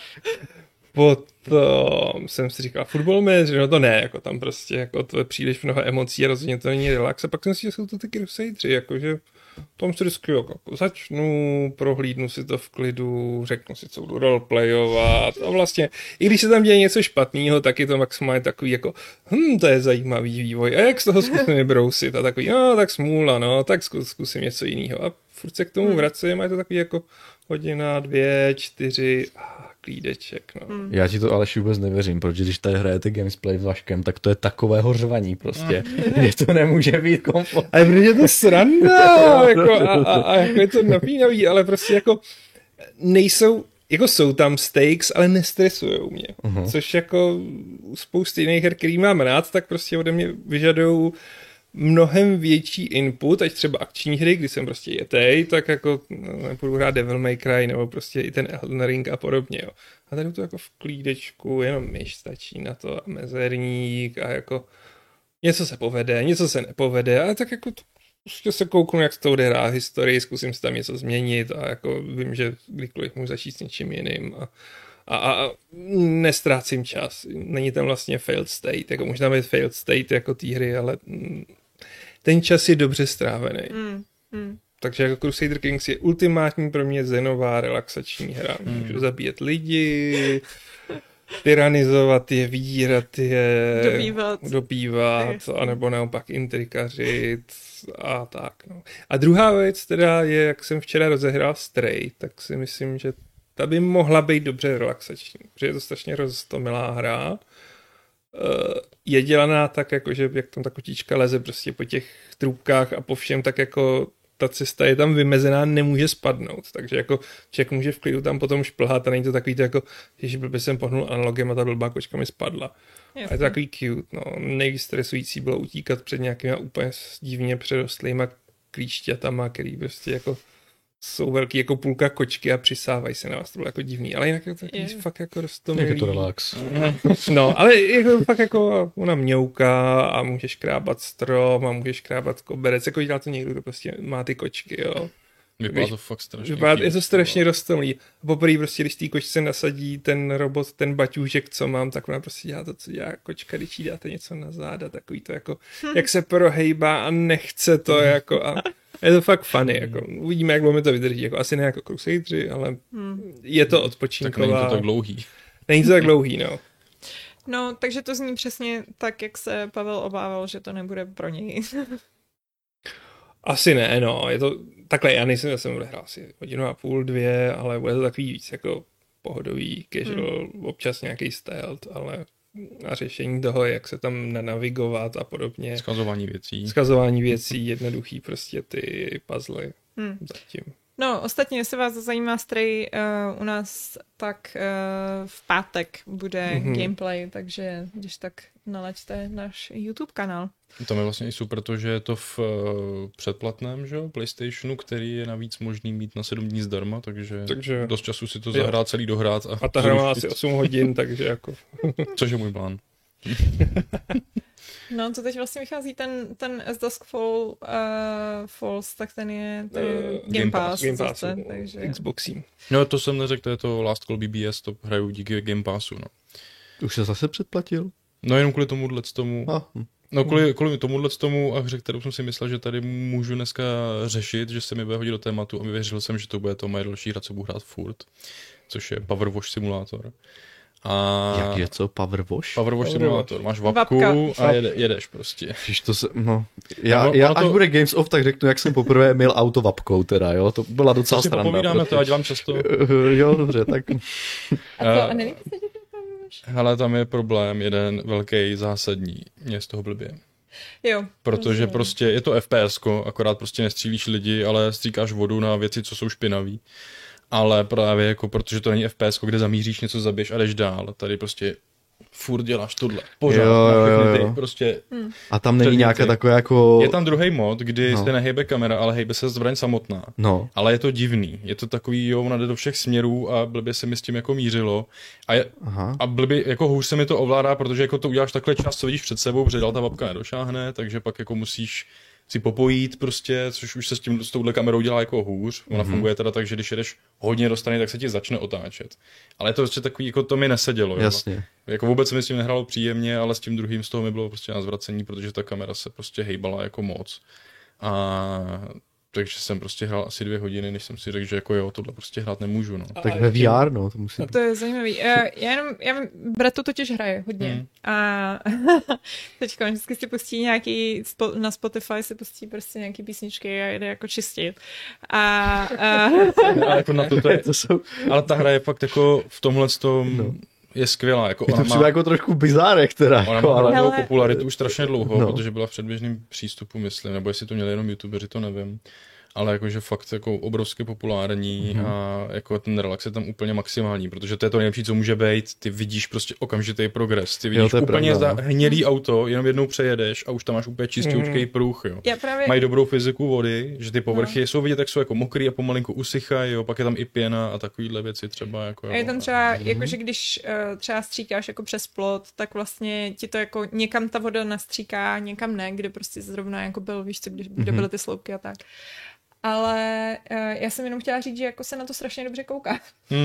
Potom jsem si říkal, Football Manager, no to ne, jako tam prostě, jako to je příliš mnoho emocí a rozhodně to není relax. A pak jsem si, že jsou to taky Crusadeři, jakože tam si vždycky jako začnu, prohlídnu si to v klidu, řeknu si, co budu roleplayovat a vlastně, i když se tam děje něco špatného, tak je to maximálně takový jako, to je zajímavý vývoj a jak z toho zkusím vybrousit a takový, no tak smůla, no, tak zkusím něco jiného a furt se k tomu vracím a je to takový jako hodina, 2, 4 klídeček, no. Já ti to Aleši vůbec nevěřím, protože když tady hrajete Gamesplay s Vaškem, tak to je takové hořvaní prostě, že to nemůže být komfort. Ale protože je to sranda, jako, a jako je to napínavý, ale prostě jako nejsou, jako jsou tam stakes, ale nestresujou mě. Což jako spousty jiných her, který mám rád, tak prostě ode mě vyžadujou mnohem větší input, ať třeba akční hry, kdy jsem prostě jetej, tak jako nebudu hrát Devil May Cry, nebo prostě i ten Elden Ring a podobně, jo. A tady to jako v klídečku, jenom myš stačí na to a mezerník a jako něco se povede, něco se nepovede, ale tak jako prostě se kouknu, jak se to odehrá historii, zkusím si tam něco změnit a jako vím, že kdykoliv můžu začít s něčím jiným a nestrácím čas. Není tam vlastně failed state, jako možná být failed state jako té hry, ale ten čas je dobře strávený. Takže jako Crusader Kings je ultimátní pro mě zenová relaxační hra. Můžu zabíjet lidi, tyranizovat je, vydírat je, dobývat anebo naopak intrikařit a tak. No. A druhá věc teda je, jak jsem včera rozehrál Stray, tak si myslím, že ta by mohla být dobře relaxační, protože je to strašně roztomilá hra. Je dělaná tak, jako, že jak tam ta kotička leze prostě po těch trubkách a po všem, tak jako ta cesta je tam vymezená, nemůže spadnout, takže jako člověk může v klidu tam potom šplhat a není to takový to jako, ježi, blbě jsem pohnul analogem a ta blbá kočka mi spadla. Jasně. A je to takový cute, no. Nejvíc stresující bylo utíkat před nějakýma úplně divně přerostlýma klíšťatama, který prostě jako jsou velký jako půlka kočky a přisávají se na vás, to bylo jako divný, ale jinak je to fakt jako roztomilý. Jak je to relax. No, ale jako fakt jako ona mňouká a můžeš krábat strom a můžeš krábat koberec, jako dělá to někdo, kdo prostě má ty kočky, jo. Vypadá to fakt strašně. Je to strašně roztomilý. Poprvé prostě, když té kočce nasadí ten robot, ten baťůžek, co mám, tak ona prostě dělá to, co dělá kočka, když jí dáte něco na záda, takový to jako, jak se prohejbá a nechce to jako a je to fakt funny, jako uvidíme, jak dlouho to vydrží, jako asi ne jako Crusadeři, ale je to odpočinková. Tak není to tak dlouhý. Není to tak dlouhý, no. No, takže to zní přesně tak, jak se Pavel obával, že to nebude pro něj. Asi ne, no, je to takhle, já jsem odehrál asi 1,5 hodiny, 2, ale bude to takový víc jako pohodový, casual, občas nějaký stealth, ale na řešení toho, jak se tam navigovat a podobně. Skazování věcí, jednoduchý prostě ty puzzle zatím. No, ostatně, jestli vás zajímá Stray u nás, tak v pátek bude gameplay, takže když tak nalaďte náš YouTube kanál. Tam je vlastně i super to, že je to v předplatném, že? PlayStationu, který je navíc možný mít na 7 dní zdarma, takže dost času si to zahrát, celý dohrát. A ta hra má asi 8 hodin, takže jako... Což je můj plán. No, to teď vlastně vychází ten As Dusk Falls, tak ten je Game Pass. Game Pass, zase, takže... Xboxím. No to jsem neřekl, to je to Last Call BBS, to hraju díky Game Passu, no. Už se zase předplatil? No jenom kvůli tomu. No kvůli tomu a hře, kterou jsem si myslel, že tady můžu dneska řešit, že se mi bude hodit do tématu a věřil jsem, že to bude to moje další hra, co budu hrát furt, což je Power Wash Simulátor. A... Jak je co? Power Wash? Power Wash Simulátor. Máš vapku a jedeš prostě. Až bude Games of, tak řeknu, jak jsem poprvé měl auto vapkou teda, jo? To byla docela sranda. Popovídáme to, já dělám často. Jo, dobře, tak... A nelíbí se ti to? Hele, tam je problém jeden velký, zásadní. Mě z toho blbě. Jo. Protože prostě je to FPS-ko, akorát prostě nestřílíš lidi, ale stříkáš vodu na věci, co jsou špinavý. Ale právě jako, protože to není FPS, kde zamíříš, něco zabiješ a jdeš dál. Tady prostě furt děláš tohle. Pořád. Jo. Prostě a tam není nějaká taková jako... Je tam druhý mod, kdy se nehejbe kamera, ale hejbe se zbraň samotná. No. Ale je to divný. Je to takový, jo, ona jde do všech směrů a blbě se mi s tím jako mířilo. A blbě, jako hůř se mi to ovládá, protože jako to uděláš takhle čas, co vidíš před sebou, protože dál ta babka nedošáhne, takže pak jako musíš si popojít prostě, což už se s touhle kamerou dělá jako hůř. Ona funguje teda tak, že když jedeš hodně do strany, tak se ti začne otáčet. Ale je to prostě takový, jako to mi nesedělo. Jasně. Jo? Jako vůbec se mi s tím nehrálo příjemně, ale s tím druhým z toho mi bylo prostě na zvracení, protože ta kamera se prostě hejbala jako moc. Takže jsem prostě hrál asi 2 hodiny, než jsem si řekl, že jako jo, tohle prostě hrát nemůžu, no. Tak ve VR, no, to musí... To je zajímavý. Já Brett to totiž hraje hodně. A teďka vždycky si pustí nějaký, na Spotify si pustí prostě nějaký písničky a jde jako čistit. Ale jako na to je, ale ta hra je fakt jako v tomhle tom... Je skvělá. Jako je to třeba jako trošku bizárek teda. Ona má hlavnou popularitu už strašně dlouho, protože byla v předběžném přístupu, myslím, nebo jestli to měli jenom youtubeři, to nevím. Ale jakože fakt jako obrovsky populární a jako ten relax je tam úplně maximální, protože to je to nejlepší, co může být. Ty vidíš prostě okamžitý progres. Ty vidíš úplně hnědý auto, jenom jednou přejedeš a už tam máš úplně čistoučkej pruh, jo. Mají dobrou fyziku vody, že ty povrchy jsou vidět, tak jsou jako mokrý a pomalinku usychají, jo, pak je tam i pěna a takovýhle věci třeba jako. A je tam třeba jakože když třeba stříkáš jako přes plot, tak vlastně ti to jako někam ta voda nastříká, někam ne, kde prostě zrovna jako byl, víš co, kde byly ty sloupky a tak. Ale já jsem jenom chtěla říct, že jako se na to strašně dobře kouká.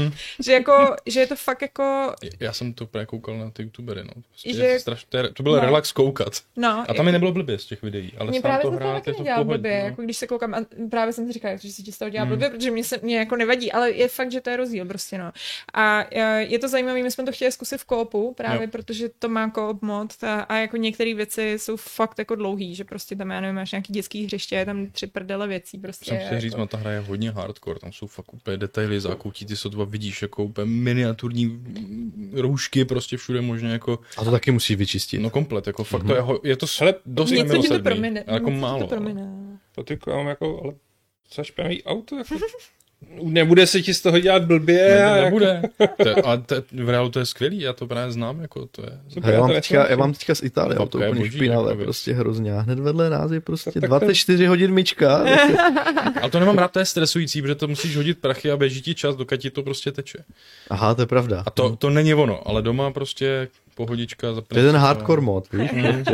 Že je to fakt jako... Já jsem to právě koukal na ty youtubery, no. To byl relax koukat. No, a tam mi nebylo blbě z těch videí, ale mě sám právě to hrát je to v pohodě. Blbě, jako když se koukám a právě jsem si říkala, že si ti z toho dělá blbě, protože mě jako nevadí, ale je fakt, že to je rozdíl prostě, no. A je to zajímavé, my jsme to chtěli zkusit v koopu, právě protože to má koop mod a jako některé věci jsou fakt jako dlouhý, že prostě tam, já nevím, máš nějaký dětský hřiště, tam 3 prdele věcí prostě. Jsem chtěl říct, ta hra je hodně hardcore, tam jsou fakt úplně detaily, zákoutí, ty sotva vidíš, jako úplně miniaturní roušky, prostě všude možně jako... A to taky musí vyčistit. No komplet, jako fakt je to dost nemilosrdný, jako málo. To ty mám jako, ale zašpinavý auto, jako... Nebude se ti z toho dělat blbě. Nebude. V reálu to je skvělý, já to právě znám, jako to je. Super, já mám teďka z Itálie auto úplně špinavé, prostě hrozně. A hned vedle nás je prostě 24 hodin myčka. Ale to nemám rád, to je stresující, protože to musíš hodit prachy a běží ti čas, dokud ti to prostě teče. Aha, to je pravda. A to není ono, ale doma prostě pohodička. To je ten hardcore mod, víš?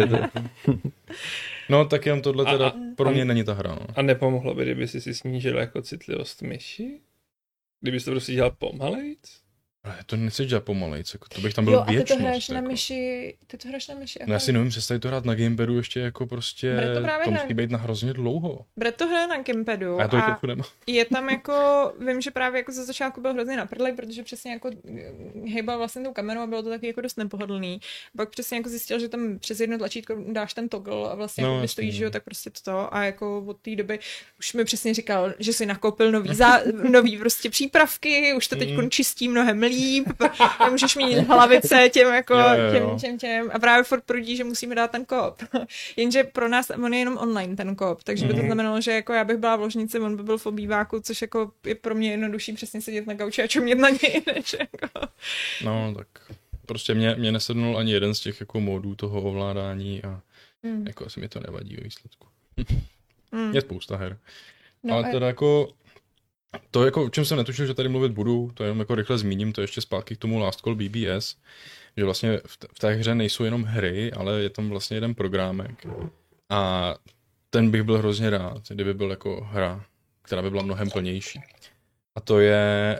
No, tak jenom tohle teda pro mě není ta hra. No. A nepomohlo by, kdyby si snížil jako citlivost myši? Kdyby jsi to prostě dělal pomalejc? Ale to nechceš dělat pomalejc, jako to bych tam byl věčnost. Jo, a ty to hraješ na myši, No já si nevím představit to hrát na gamepadu ještě jako prostě, to musí být na hrozně dlouho. Brett to hraje na gamepadu a to nemá. Je tam jako, vím, že právě jako ze začátku byl hrozně na prdlej, protože přesně jako hejbal vlastně tou kamerou a bylo to taky jako dost nepohodlný. Pak přesně jako zjistil, že tam přes jedno tlačítko dáš ten toggle a vlastně jako stojíš, že jo, tak prostě to a jako od té doby už mi přesně říkal, že si nakoupil nový prostě přípravky, už to teď čistí mnohem líp, nemůžeš mít hlavice těm jako těm a právě furt prudí, že musíme dát ten koop. Jenže pro nás on je jenom online ten koop, takže by to znamenalo, že jako já bych byla v ložnici, on by byl v obýváku, což jako je pro mě jednodušší přesně sedět na gauči a čumět na něj, než jako... No, tak prostě mě nesednul ani jeden z těch jako modů toho ovládání a jako asi mi to nevadí ve výsledku. Je spousta her. No, ale teda jako to jako, o čem jsem netušil, že tady mluvit budu, to jenom jako rychle zmíním, to ještě zpátky k tomu Last Call BBS, že vlastně v té hře nejsou jenom hry, ale je tam vlastně jeden programek. A ten bych byl hrozně rád, kdyby byl jako hra, která by byla mnohem plnější. A to je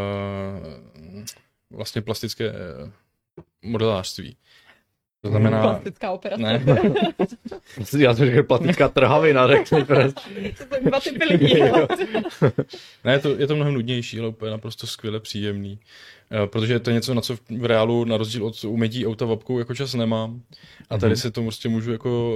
vlastně plastické modelářství. To znamená... Plastická operace. Ne. Já jsem říkal plastická trhavina, řekni prostě. To jsou dva typy lidí. Ne, je to mnohem nudnější, ale úplně naprosto skvěle příjemný. Protože to je něco, na co v reálu, na rozdíl od umytí auta vapkou, jako čas nemám. A tady se to prostě můžu jako...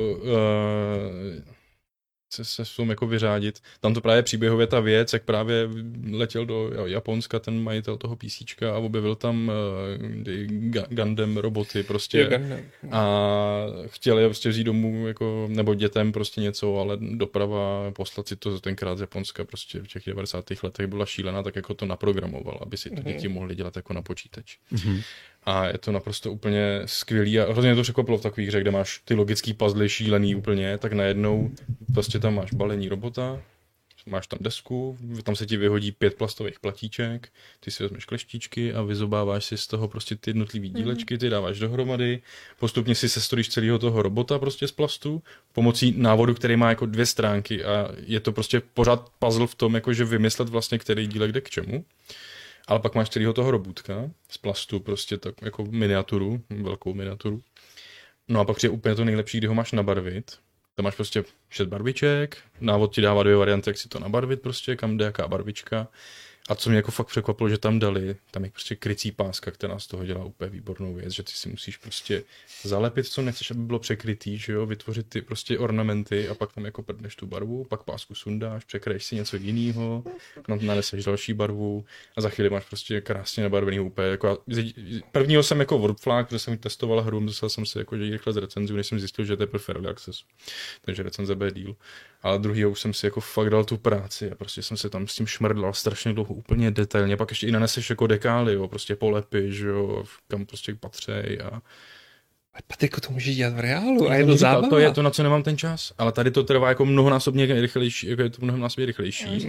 se s tom jako vyřádit. Tam to právě příběhově ta věc, jak právě letěl do Japonska ten majitel toho PCčka a objevil tam Gundam roboty prostě a chtěl je prostě vzít domů jako, nebo dětem prostě něco, ale doprava, poslat si to tenkrát z Japonska prostě v těch 90. letech byla šílená, tak jako to naprogramoval, aby si to děti mohly dělat jako na počítač. A je to naprosto úplně skvělý a hrozně mě to překvapilo v takových hře, kde máš ty logický puzzle šílený úplně, tak najednou prostě tam máš balení robota, máš tam desku, tam se ti vyhodí 5 plastových platíček, ty si vezmeš kleštíčky a vyzobáváš si z toho prostě ty jednotlivý dílečky, ty dáváš dohromady, postupně si sestrojíš celého toho robota prostě z plastu pomocí návodu, který má jako 2 stránky a je to prostě pořád puzzle v tom, jakože vymyslet vlastně, který dílek jde k čemu. Ale pak máš celého toho robůtka z plastu, prostě tak jako miniaturu, velkou miniaturu. No a pak je úplně to nejlepší, kdy ho máš nabarvit. Tam máš prostě 6 barviček, návod ti dává 2 varianty, jak si to nabarvit prostě, kam jde jaká barvička. A co mě jako fakt překvapilo, že tam dali, tam je prostě krycí páska, která z toho dělá úplně výbornou věc, že ty si musíš prostě zalepit, co nechceš, aby bylo překrytý, že jo, vytvořit ty prostě ornamenty a pak tam jako prdneš tu barvu, pak pásku sundáš, překraješ si něco jiného, naneseš další barvu a za chvíli máš prostě krásně nabarvený úplně. Jako prvního jsem jako wordflag, protože jsem testoval hru, myslel jsem si jako, že ji rychle z recenzu, než jsem zjistil, že to je pro Early Access, takže recenze bude díl. Ale druhýho už jsem si jako fakt dal tu práci a prostě jsem se tam s tím šmrdlal strašně dlouho, úplně detailně, pak ještě i naneseš jako dekály, jo, prostě polepy, že jo, kam prostě patřej a... Ale Patriku, to můžeš dělat v reálu a je to zábava. To je to, na co nemám ten čas, ale tady to trvá jako mnohonásobně rychlejší, jako je to mnohonásobně rychlejší.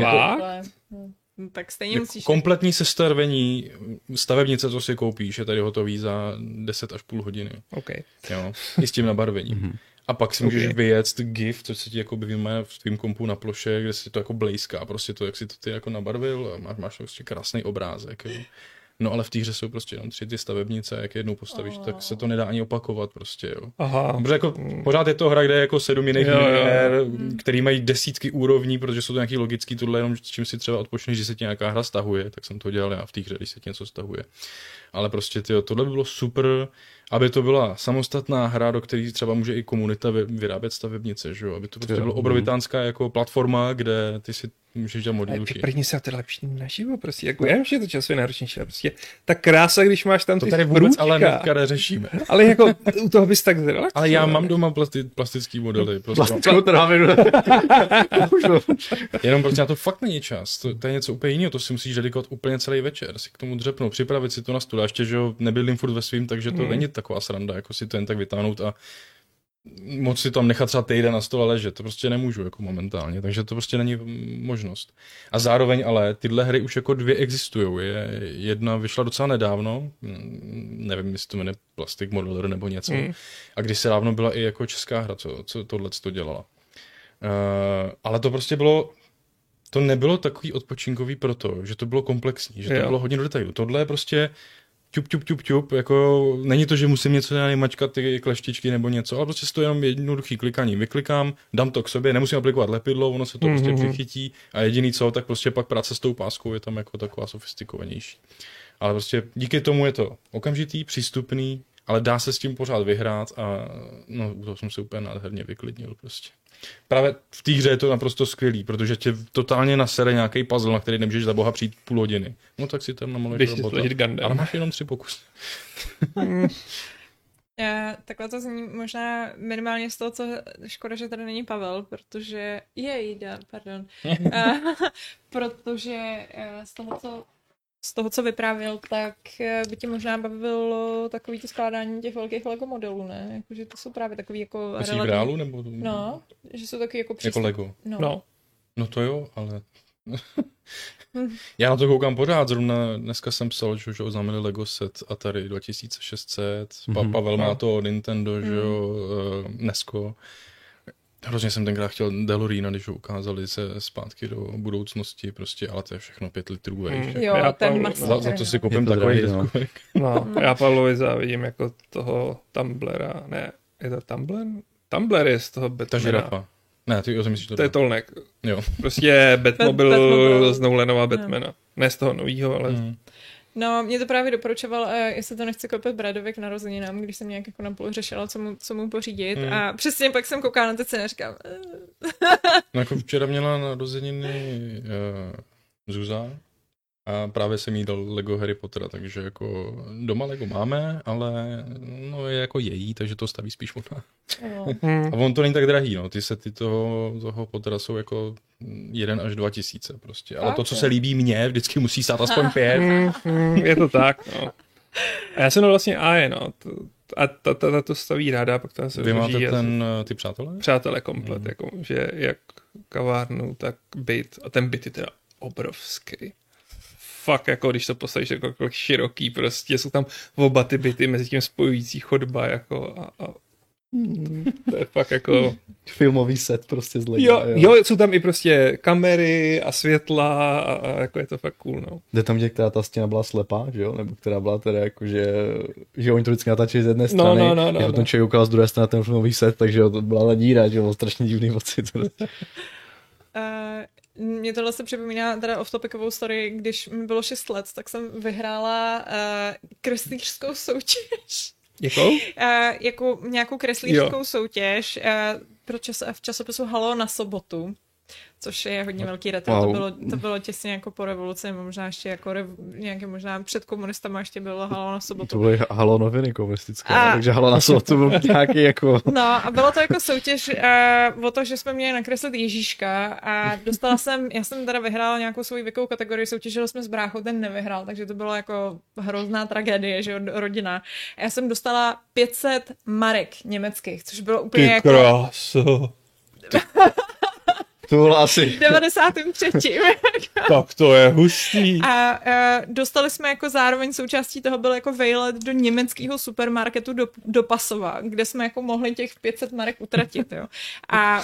Tak stejně musíš... Kompletní sestavení stavebnice, co si koupíš, je tady hotový za 10 až půl hodiny. Okay. Jo, i s tím nabarvením. A pak si můžeš vyjet GIF, což se ti jako vyvíjí v tvým kompu na ploše, kde si to jako blejská, prostě to, jak si to ty jako nabarvil a máš prostě krásný obrázek. Jo. No ale v té hře jsou prostě jenom 3 ty stavebnice, jak jednou postavíš, tak se to nedá ani opakovat prostě, jo. Aha. Protože jako pořád je to hra, kde je jako 7 jiných her, který mají desítky úrovní, protože jsou to nějaký logický, tohle jenom s čím si třeba odpočneš, že se ti nějaká hra stahuje, tak jsem to dělal já v té hře, když se ti něco stahuje. Ale prostě tohle by bylo super, aby to byla samostatná hra, do které třeba může i komunita vyrábět stavebnice, že jo? Aby to prostě bylo obrovitánská jako platforma, kde ty si můžeš dělat modílky. Ty první se to je lepší naživo, prostě, jako já že je to časově náročnější, prostě ta krása, když máš tam to ty tady vůbec průčka, ale dneska neřešíme. Ale jako u toho bys tak zrelaxoval. Ale já mám doma plastický modely. Prostě. Plastickou trhavinu. Jenom prostě na to fakt není čas. To je něco úplně jiného, to si musíš dedikovat úplně celý večer, si k tomu dřepnout, připravit si to na stůl. A ještě, že nebydlím furt ve svým, takže to není taková sranda, jako si to jen tak vytáhnout a moc si tam nechat třeba týden na stole ležet, to prostě nemůžu jako momentálně, takže to prostě není možnost. A zároveň ale tyhle hry už jako 2 existujou. Jedna vyšla docela nedávno, nevím, jestli to jmenuje Plastic Modeler nebo něco, a když se dávno byla i jako česká hra, co tohle to dělala. Ale to prostě bylo, to nebylo takový odpočinkový proto, že to bylo komplexní, že to bylo hodně do detailu. Tohle je prostě ťup, jako není to, že musím něco mačkat ty kleštičky nebo něco, ale prostě to jenom jednoduchý klikání. Vyklikám, dám to k sobě, nemusím aplikovat lepidlo, ono se to prostě přichytí a jediný co, tak prostě pak práce s tou páskou je tam jako taková sofistikovanější. Ale prostě díky tomu je to okamžitý, přístupný, ale dá se s tím pořád vyhrát a no, to jsem se úplně nádherně vyklidnil prostě. Právě v té hře je to naprosto skvělý, protože tě totálně nasere nějaký puzzle, na který nemůžeš za boha přijít půl hodiny. No tak si tam namaluješ robota. Ale máš jenom 3 pokusy. Takhle to zní možná minimálně z toho, co škoda, že tady není Pavel, protože protože z toho, co vyprávěl, tak by tě možná bavilo takový to skládání těch velkých Lego modelů, ne? Jakože to jsou právě takový jako relativně... v reálu, nebo... No, že jsou taky jako Jako Lego. No to jo, ale Já na to koukám pořád, zrovna dneska jsem psal, že oznámili Lego set Atari 2600, Pavel má to Nintendo, že jo, Nesko. Hrozně jsem tenkrát chtěl DeLoreana, když ho ukázali se zpátky do budoucnosti, prostě, ale to je všechno 5 litrů vejš. Jo, ten masakr. Za to si koupím takový deskovek. No, já Pavlovi závidím jako toho Tumblera, ne, je to Tumbler? Tumbler je z toho Batmana. Ta žirafa. Ne, ty myslíš to. To je Tolnek. Jo. Prostě Batmobil Batmobil. z Nolanova Batmana. Ne z toho novýho, ale... No, mě to právě doporučoval, jestli to nechci koupit Bradovi k narozeninám, když jsem nějak jako napůl řešila, co mu pořídit. A přesně pak jsem koukala na ty ceny a říkám... No jako včera měla narozeniny Zuzá a právě jsem jí dal Lego Harry Pottera, takže jako doma Lego máme, ale no je jako její, takže to staví spíš ona. A on to není tak drahý, no, ty sety toho Pottera jsou jako 1 až 2 tisíce prostě, ale to, co se líbí mně, vždycky musí stát aspoň 5. Je to tak, no. A já jsem to vlastně no. A ta to staví ráda, pak tam se Vy máte vloží ty přátelé? Přátelé komplet, jako, že jak kavárnu, tak byt. A ten byt je teda obrovský. Fakt, jako když to postavíš jako široký, prostě jsou tam oba ty byty, mezi tím spojující chodba, jako a to je fakt jako... Filmový set prostě z Lega. Jo, jsou tam i prostě kamery a světla a jako je to fakt cool, no. Jde tam dět, která ta stěna byla slepá, že jo? Nebo která byla teda jako, že oni to vždycky natáčeli z jedné strany, a potom člověk ukázal z druhé strany ten filmový set, takže to byla díra, že jo, strašně divný pocit. Mě tohle se připomíná teda off-topicovou story, když mi bylo 6 let, tak jsem vyhrála kreslířskou soutěž. Jakou? Jako nějakou kreslířskou soutěž v časopisu Halo na sobotu, což je hodně velký retro. Wow. To bylo těsně jako po revoluci, možná ještě jako nějaké možná před komunistama ještě bylo Halo na sobotu. To byly Halo noviny komunistické, takže Halo na sobotu byl nějaký jako... No a bylo to jako soutěž o to, že jsme měli nakreslit Ježíška a já jsem teda vyhrála nějakou svoji věkovou kategorii, soutěžili jsme s bráchou, ten nevyhrál, takže to bylo jako hrozná tragédie, že jo, rodina. A já jsem dostala 500 marek německých, což bylo úplně Ty jako... kráso. To bylo asi... 93. Tak to je hustý. A dostali jsme jako zároveň součástí toho byl jako vejlet do německého supermarketu do Pasova, kde jsme jako mohli těch 500 marek utratit, jo. A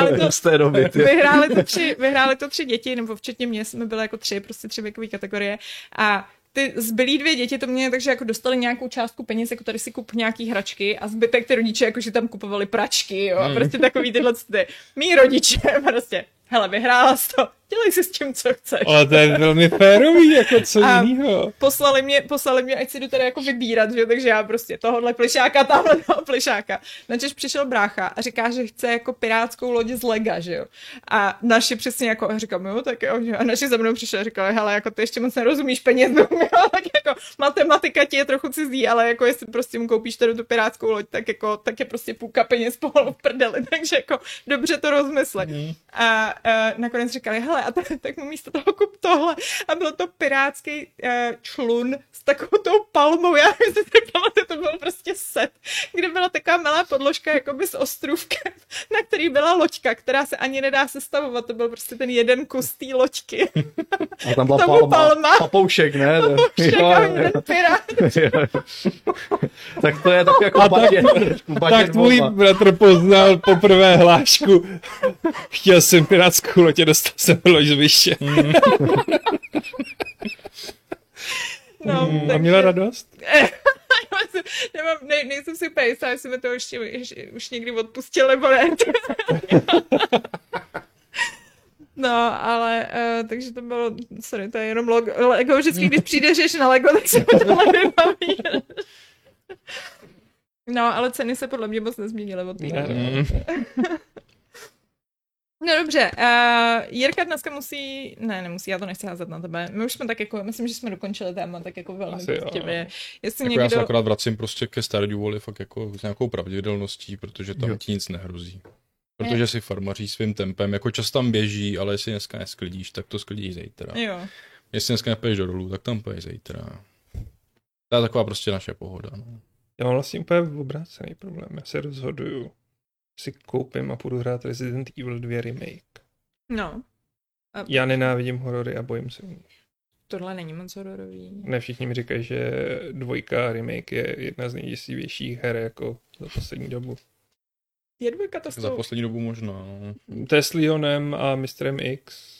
vyhráli to 3 děti, nebo včetně mě jsme byli jako 3 věkové kategorie a ty zbylí 2 děti to měly, takže jako dostali nějakou částku peněz, jako tady si kup nějaký hračky a zbytek ty rodiče jakože tam kupovali pračky, jo, a prostě takový tyhle mý rodiče prostě, hele, vyhrála jsi to, dělej si s tím, co chceš. Ale to je velmi férový, jako co jinýho. Poslali mě, ať si jdu teda jako vybírat, že? Takže já prostě tohohle plišáka, tamhle toho plišáka. Načež přišel brácha a říká, že chce jako pirátskou loď z Lega, že jo. A naši přesně jako, a říkám, jo, tak jo, a naši za mnou přišel a říkali, hele, jako ty ještě moc nerozumíš penězům, jo, tak jako matematika ti je trochu cizí, ale jako jestli prostě mu koupíš tady tu pirátskou loď, tak je prostě půlka peněz pomalu v prdeli, takže jako dobře to rozmysli. A nakonec říkali, hele, a tak mu místo toho kup tohle. A byl to pirátský člun s takovou tou palmou. Já si říkala, že to byl prostě set, kde byla taková malá podložka jakoby s ostrůvkem, na který byla loďka, která se ani nedá sestavovat. To byl prostě ten jeden kus té loďky. A tam byla palma. Papoušek, ne? Papoušek a jeden pirát. Tak to je tak jako baděn. Tak tvůj bratr poznal poprvé hlášku. Chtěl jsem pirátskou loď, dostal jsem loď z vyště. A měla radost? Nejsem si úplně jistá, jestli mi to už někdy odpustil, nebo ne. No, ale takže to bylo, sorry, to je jenom Lego, vždycky, když přijdeš na Lego, tak se mi tohle vybaví. No, ale ceny se podle mě moc nezměnily od té. No dobře, Jirka dneska nemusí, já to nechci házet na tebe. My už jsme tak jako, myslím, že jsme dokončili téma tak jako velmi poctivě. Jako já se akorát vracím prostě ke Stardew Valley fakt jako s nějakou pravidelností, protože tam ti nic nehrozí. Protože si farmaří svým tempem, jako čas tam běží, ale jestli dneska nesklidíš, tak to sklidíš zítra. Jo. Jestli dneska nepůjdeš do dolů, tak tam půjdeš zítra. To je taková prostě naše pohoda. No. Já mám vlastně úplně obrácený problém. Já se rozhoduju, si koupím a půjdu hrát Resident Evil 2 remake. No. Já nenávidím horory a bojím se. Tohle není moc hororový. Ne, všichni mi říkají, že 2 remake je jedna z nejděsivějších her jako za poslední dobu. Je 2 to Za poslední dobu možná. No. To je s Leonem a Mistrem X.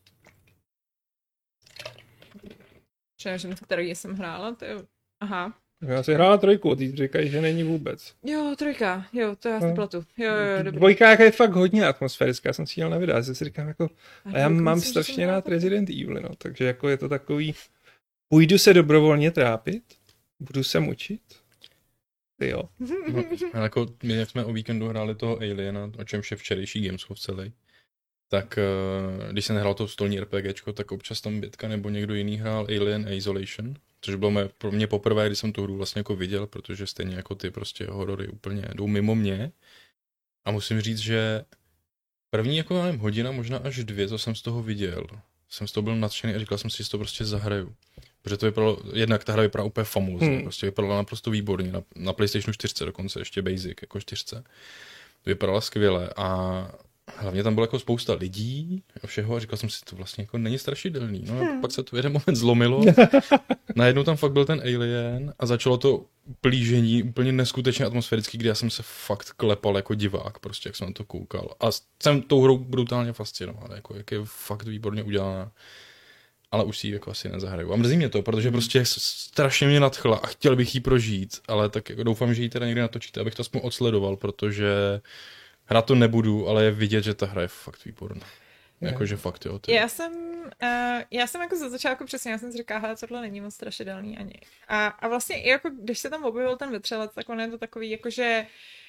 Přemýšlím, který jsem hrála, to je... Aha. Já si hrála 3, ty říkají, že není vůbec. Jo, 3, jo, to já si platu. Jo, dobrý. 2 je fakt hodně atmosférická, já jsem si dělal na videa, že si říkám jako, a já mám myslím, strašně rád Resident Evil, no, takže jako je to takový, půjdu se dobrovolně trápit, budu se mučit, ty jo. No, ale jako my, jak jsme o víkendu hráli toho Aliena, o čemž je včerejší Gamescom celý, tak když jsem hrál to stolní RPGčko, tak občas tam Bětka nebo někdo jiný hrál Alien Isolation, což bylo pro mě poprvé, když jsem tu hru vlastně jako viděl, protože stejně jako ty prostě horory úplně jdou mimo mě. A musím říct, že první jako nevím, hodina, možná až 2, co jsem z toho viděl, jsem z toho byl nadšený a říkal jsem si, že to prostě zahraju. Protože to vypadalo, jednak ta hra vypadá úplně famózně, prostě vypadala naprosto výborně, na PlayStationu 4 dokonce, ještě Basic, jako 4. Vypadala skvěle a hlavně tam bylo jako spousta lidí a všeho a říkal jsem si, to vlastně jako není strašidelný. No a pak se to jeden moment zlomilo, najednou tam fakt byl ten Alien a začalo to plížení úplně neskutečně atmosférický, kdy já jsem se fakt klepal jako divák, prostě jak jsem na to koukal. A jsem tou hrou brutálně fascinoval, jako jak je fakt výborně udělaná. Ale už si ji jako asi nezahraju. A mrzí mě to, protože prostě strašně mě nadchla a chtěl bych ji prožít, ale tak jako doufám, že ji teda někdy natočíte, abych to aspoň odsledoval, protože hrát to nebudu, ale je vidět, že ta hra je fakt výborná. Jakože fakt jo. Já jsem jako ze začátku přesně, já jsem si říkala, hele, tohle není moc strašidelný ani. A vlastně i jako, když se tam objevil ten vetřelec, tak on je to takový, že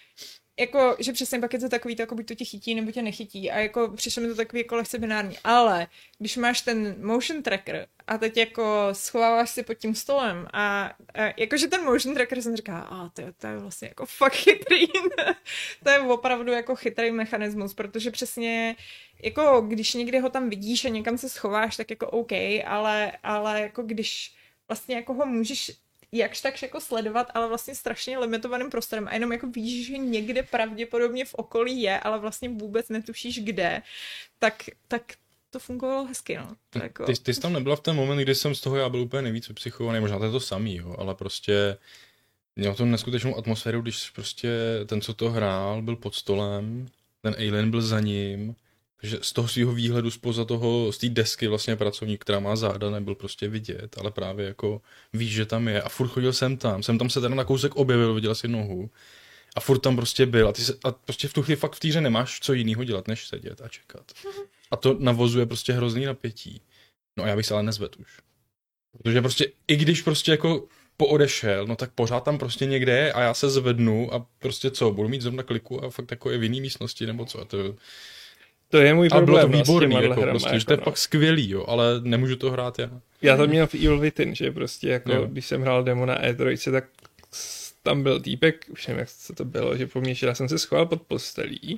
přesně pak je to takový, to jako buď to tě chytí, nebo tě nechytí. A jako přišlo mi to takový jako lehce binární. Ale když máš ten motion tracker a teď jako schováváš si pod tím stolem a jakože ten motion tracker jsem říkala, to je vlastně jako fakt chytrý. To je opravdu jako chytrý mechanismus, protože přesně jako když někdy ho tam vidíš a někam se schováš, tak jako OK, ale jako když vlastně jako ho můžeš jakž takž jako sledovat, ale vlastně strašně limitovaným prostorem a jenom jako víš, že někde pravděpodobně v okolí je, ale vlastně vůbec netušíš kde, tak to fungovalo hezky, no. Jako... Ty jsi tam nebyla v ten moment, kdy jsem z toho já byl úplně nejvíc vypsychovaný, možná to je to samý, jo, ale prostě měl to neskutečnou atmosféru, když prostě ten, co to hrál, byl pod stolem, ten alien byl za ním, že z toho svého výhledu z té desky vlastně pracovník, která má záda, nebyl prostě vidět, ale právě jako víš, že tam je a furt chodil jsem tam se teda na kousek objevil, viděl si nohu a furt tam prostě byl a prostě v tu chvíli fakt v té hře nemáš co jinýho dělat, než sedět a čekat. A to navozuje prostě hrozný napětí. No a já bych se ale nezvedl už. Protože prostě, i když prostě jako poodešel, no tak pořád tam prostě někde je a já se zvednu a prostě co, budu mít zrovna kliku a fakt jako je v jiný místnosti nebo co a to je můj problém. Ale bylo to výborný, jako prostě, že to je fakt skvělý, jo, ale nemůžu to hrát já. Já to měl v Evil Within, že prostě jako, když jsem hrál demo na E3, tak tam byl týpek, už nevím, jak co to bylo, že po mně šel, já jsem se schoval pod postelí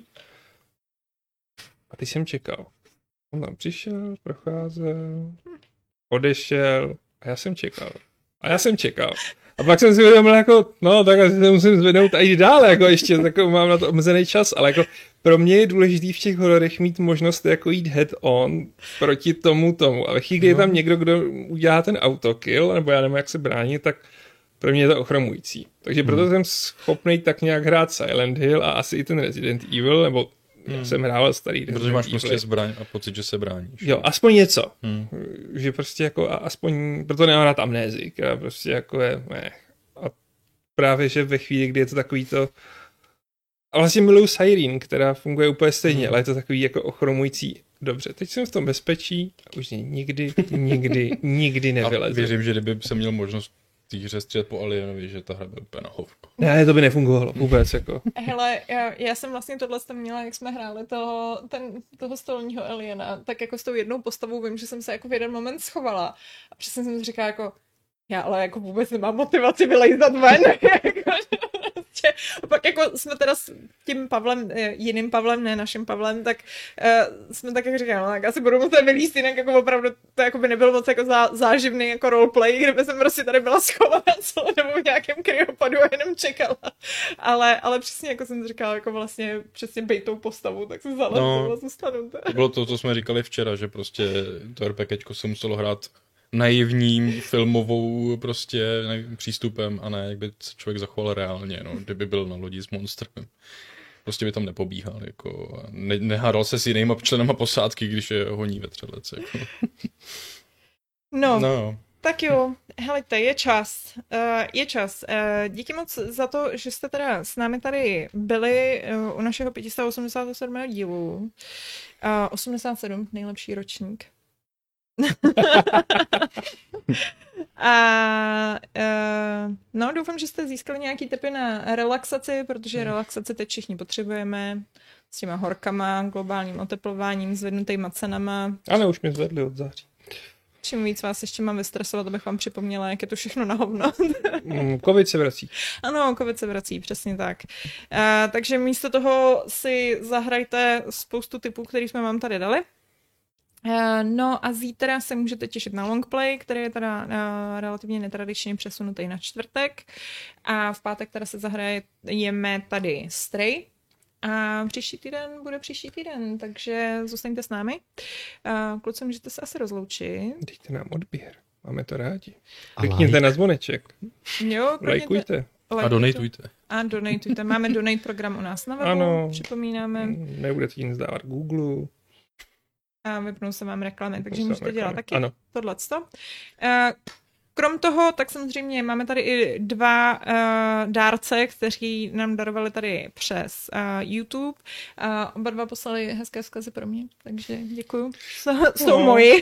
a teď jsem čekal. On tam přišel, procházel, odešel a já jsem čekal. A pak jsem si uvědomil jako, no tak asi se musím zvednout a jít dál, jako ještě takový mám na to omezený čas, ale jako pro mě je důležitý v těch hororech mít možnost jako jít head on proti tomu. A ve chvíli, kdy je tam někdo, kdo udělá ten autokill, nebo já nevím, jak se bránit, tak pro mě je to ochromující. Takže proto jsem schopný tak nějak hrát Silent Hill a asi i ten Resident Evil, nebo já jsem hrával starý Protože máš prostě zbraň a pocit, že se bráníš. Jo, aspoň něco. Že prostě jako aspoň, proto nemám rád Amnézik, a prostě jako je, A právě, že ve chvíli, kdy je to takový to, a vlastně miluju Siren, která funguje úplně stejně, ale je to takový jako ochromující. Dobře, teď jsem v tom bezpečí a už nikdy nevylezu. A věřím, že kdyby jsem měl možnost té hře střílet po Alienovi, že ta hra by úplně na hovko. Ne, to by nefungovalo vůbec, jako. Hele, já jsem vlastně tohle měla, jak jsme hráli toho stolního Aliena, tak jako s tou jednou postavou vím, že jsem se jako v jeden moment schovala a přesně jsem si říkala jako, já ale jako vůbec nemám motivaci vylejzat ven, pak jako jsme teda s tím Pavlem, jiným Pavlem, ne naším Pavlem, tak jsme tak jak říkali, no, tak asi budu muset vylíst, jinak jako opravdu to jako by nebylo moc jako záživný jako roleplay, kdyby jsem prostě tady byla schovaná celou dobu v nějakém kryopadu a jenom čekala. Ale přesně jako jsem říkala, jako vlastně přesně bejt tou postavu, tak se zalezla a zůstanu. To bylo to, co jsme říkali včera, že prostě to RPGčko se muselo hrát naivním filmovou prostě přístupem a ne, jak by se člověk zachoval reálně, no, kdyby byl na lodi s monstrem. Prostě by tam nepobíhal, jako, nehádal se s jinýma členama posádky, když je honí ve třelece. Jako. No. Tak jo, helejte, je čas. Díky moc za to, že jste teda s námi tady byli u našeho 587. dílu. 87, nejlepší ročník. No, doufám, že jste získali nějaký tipy na relaxaci, protože relaxaci teď všichni potřebujeme s těma horkama, globálním oteplováním, zvednutýma cenama. Ale už mě zvedli od září. Čím víc vás ještě mám vystresovat, abych vám připomněla, jak je to všechno na hovno. Covid se vrací. Ano, covid se vrací, přesně tak. Takže místo toho si zahrajte spoustu typů, který jsme vám tady dali. No a zítra se můžete těšit na longplay, který je teda relativně netradičně přesunutý na čtvrtek. A v pátek teda se zahrajeme tady Stray. A příští týden bude příští týden, takže zůstaňte s námi. Kluci, můžete se asi rozloučit. Dejte nám odběr, máme to rádi. Klikněte na zvoneček. Jo, lajkujte. A donatujte. A donatujte. Máme donate program u nás na webu, ano, připomínáme. Nebudete nic dávat Google. A vypnou se vám reklamy, takže můžete dělat taky tohleto. Krom toho, tak samozřejmě máme tady i dva dárce, kteří nám darovali tady přes YouTube. Oba dva poslali hezké vzkazy pro mě, takže děkuju. Jsou moji.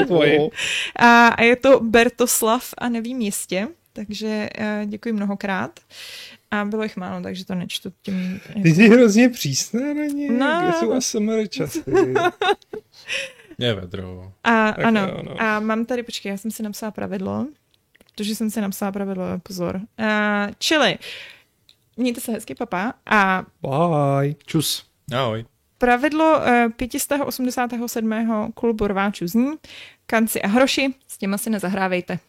A je to Bertoslav a nevím jistě, takže děkuji mnohokrát. A bylo jich málo, takže to nečtu tím. Ty jsi hrozně přísná na ně, kde jsou ASMR časy. Je vedro. Ano. A mám tady, počkej, já jsem si napsala pravidlo, protože jsem si napsala pravidlo, pozor. Čili, mějte se hezky, papa. A bye. Čus. Ahoj. Pravidlo 587. klubu rváčů zní: kanci a hroši, s těma si nezahrávejte.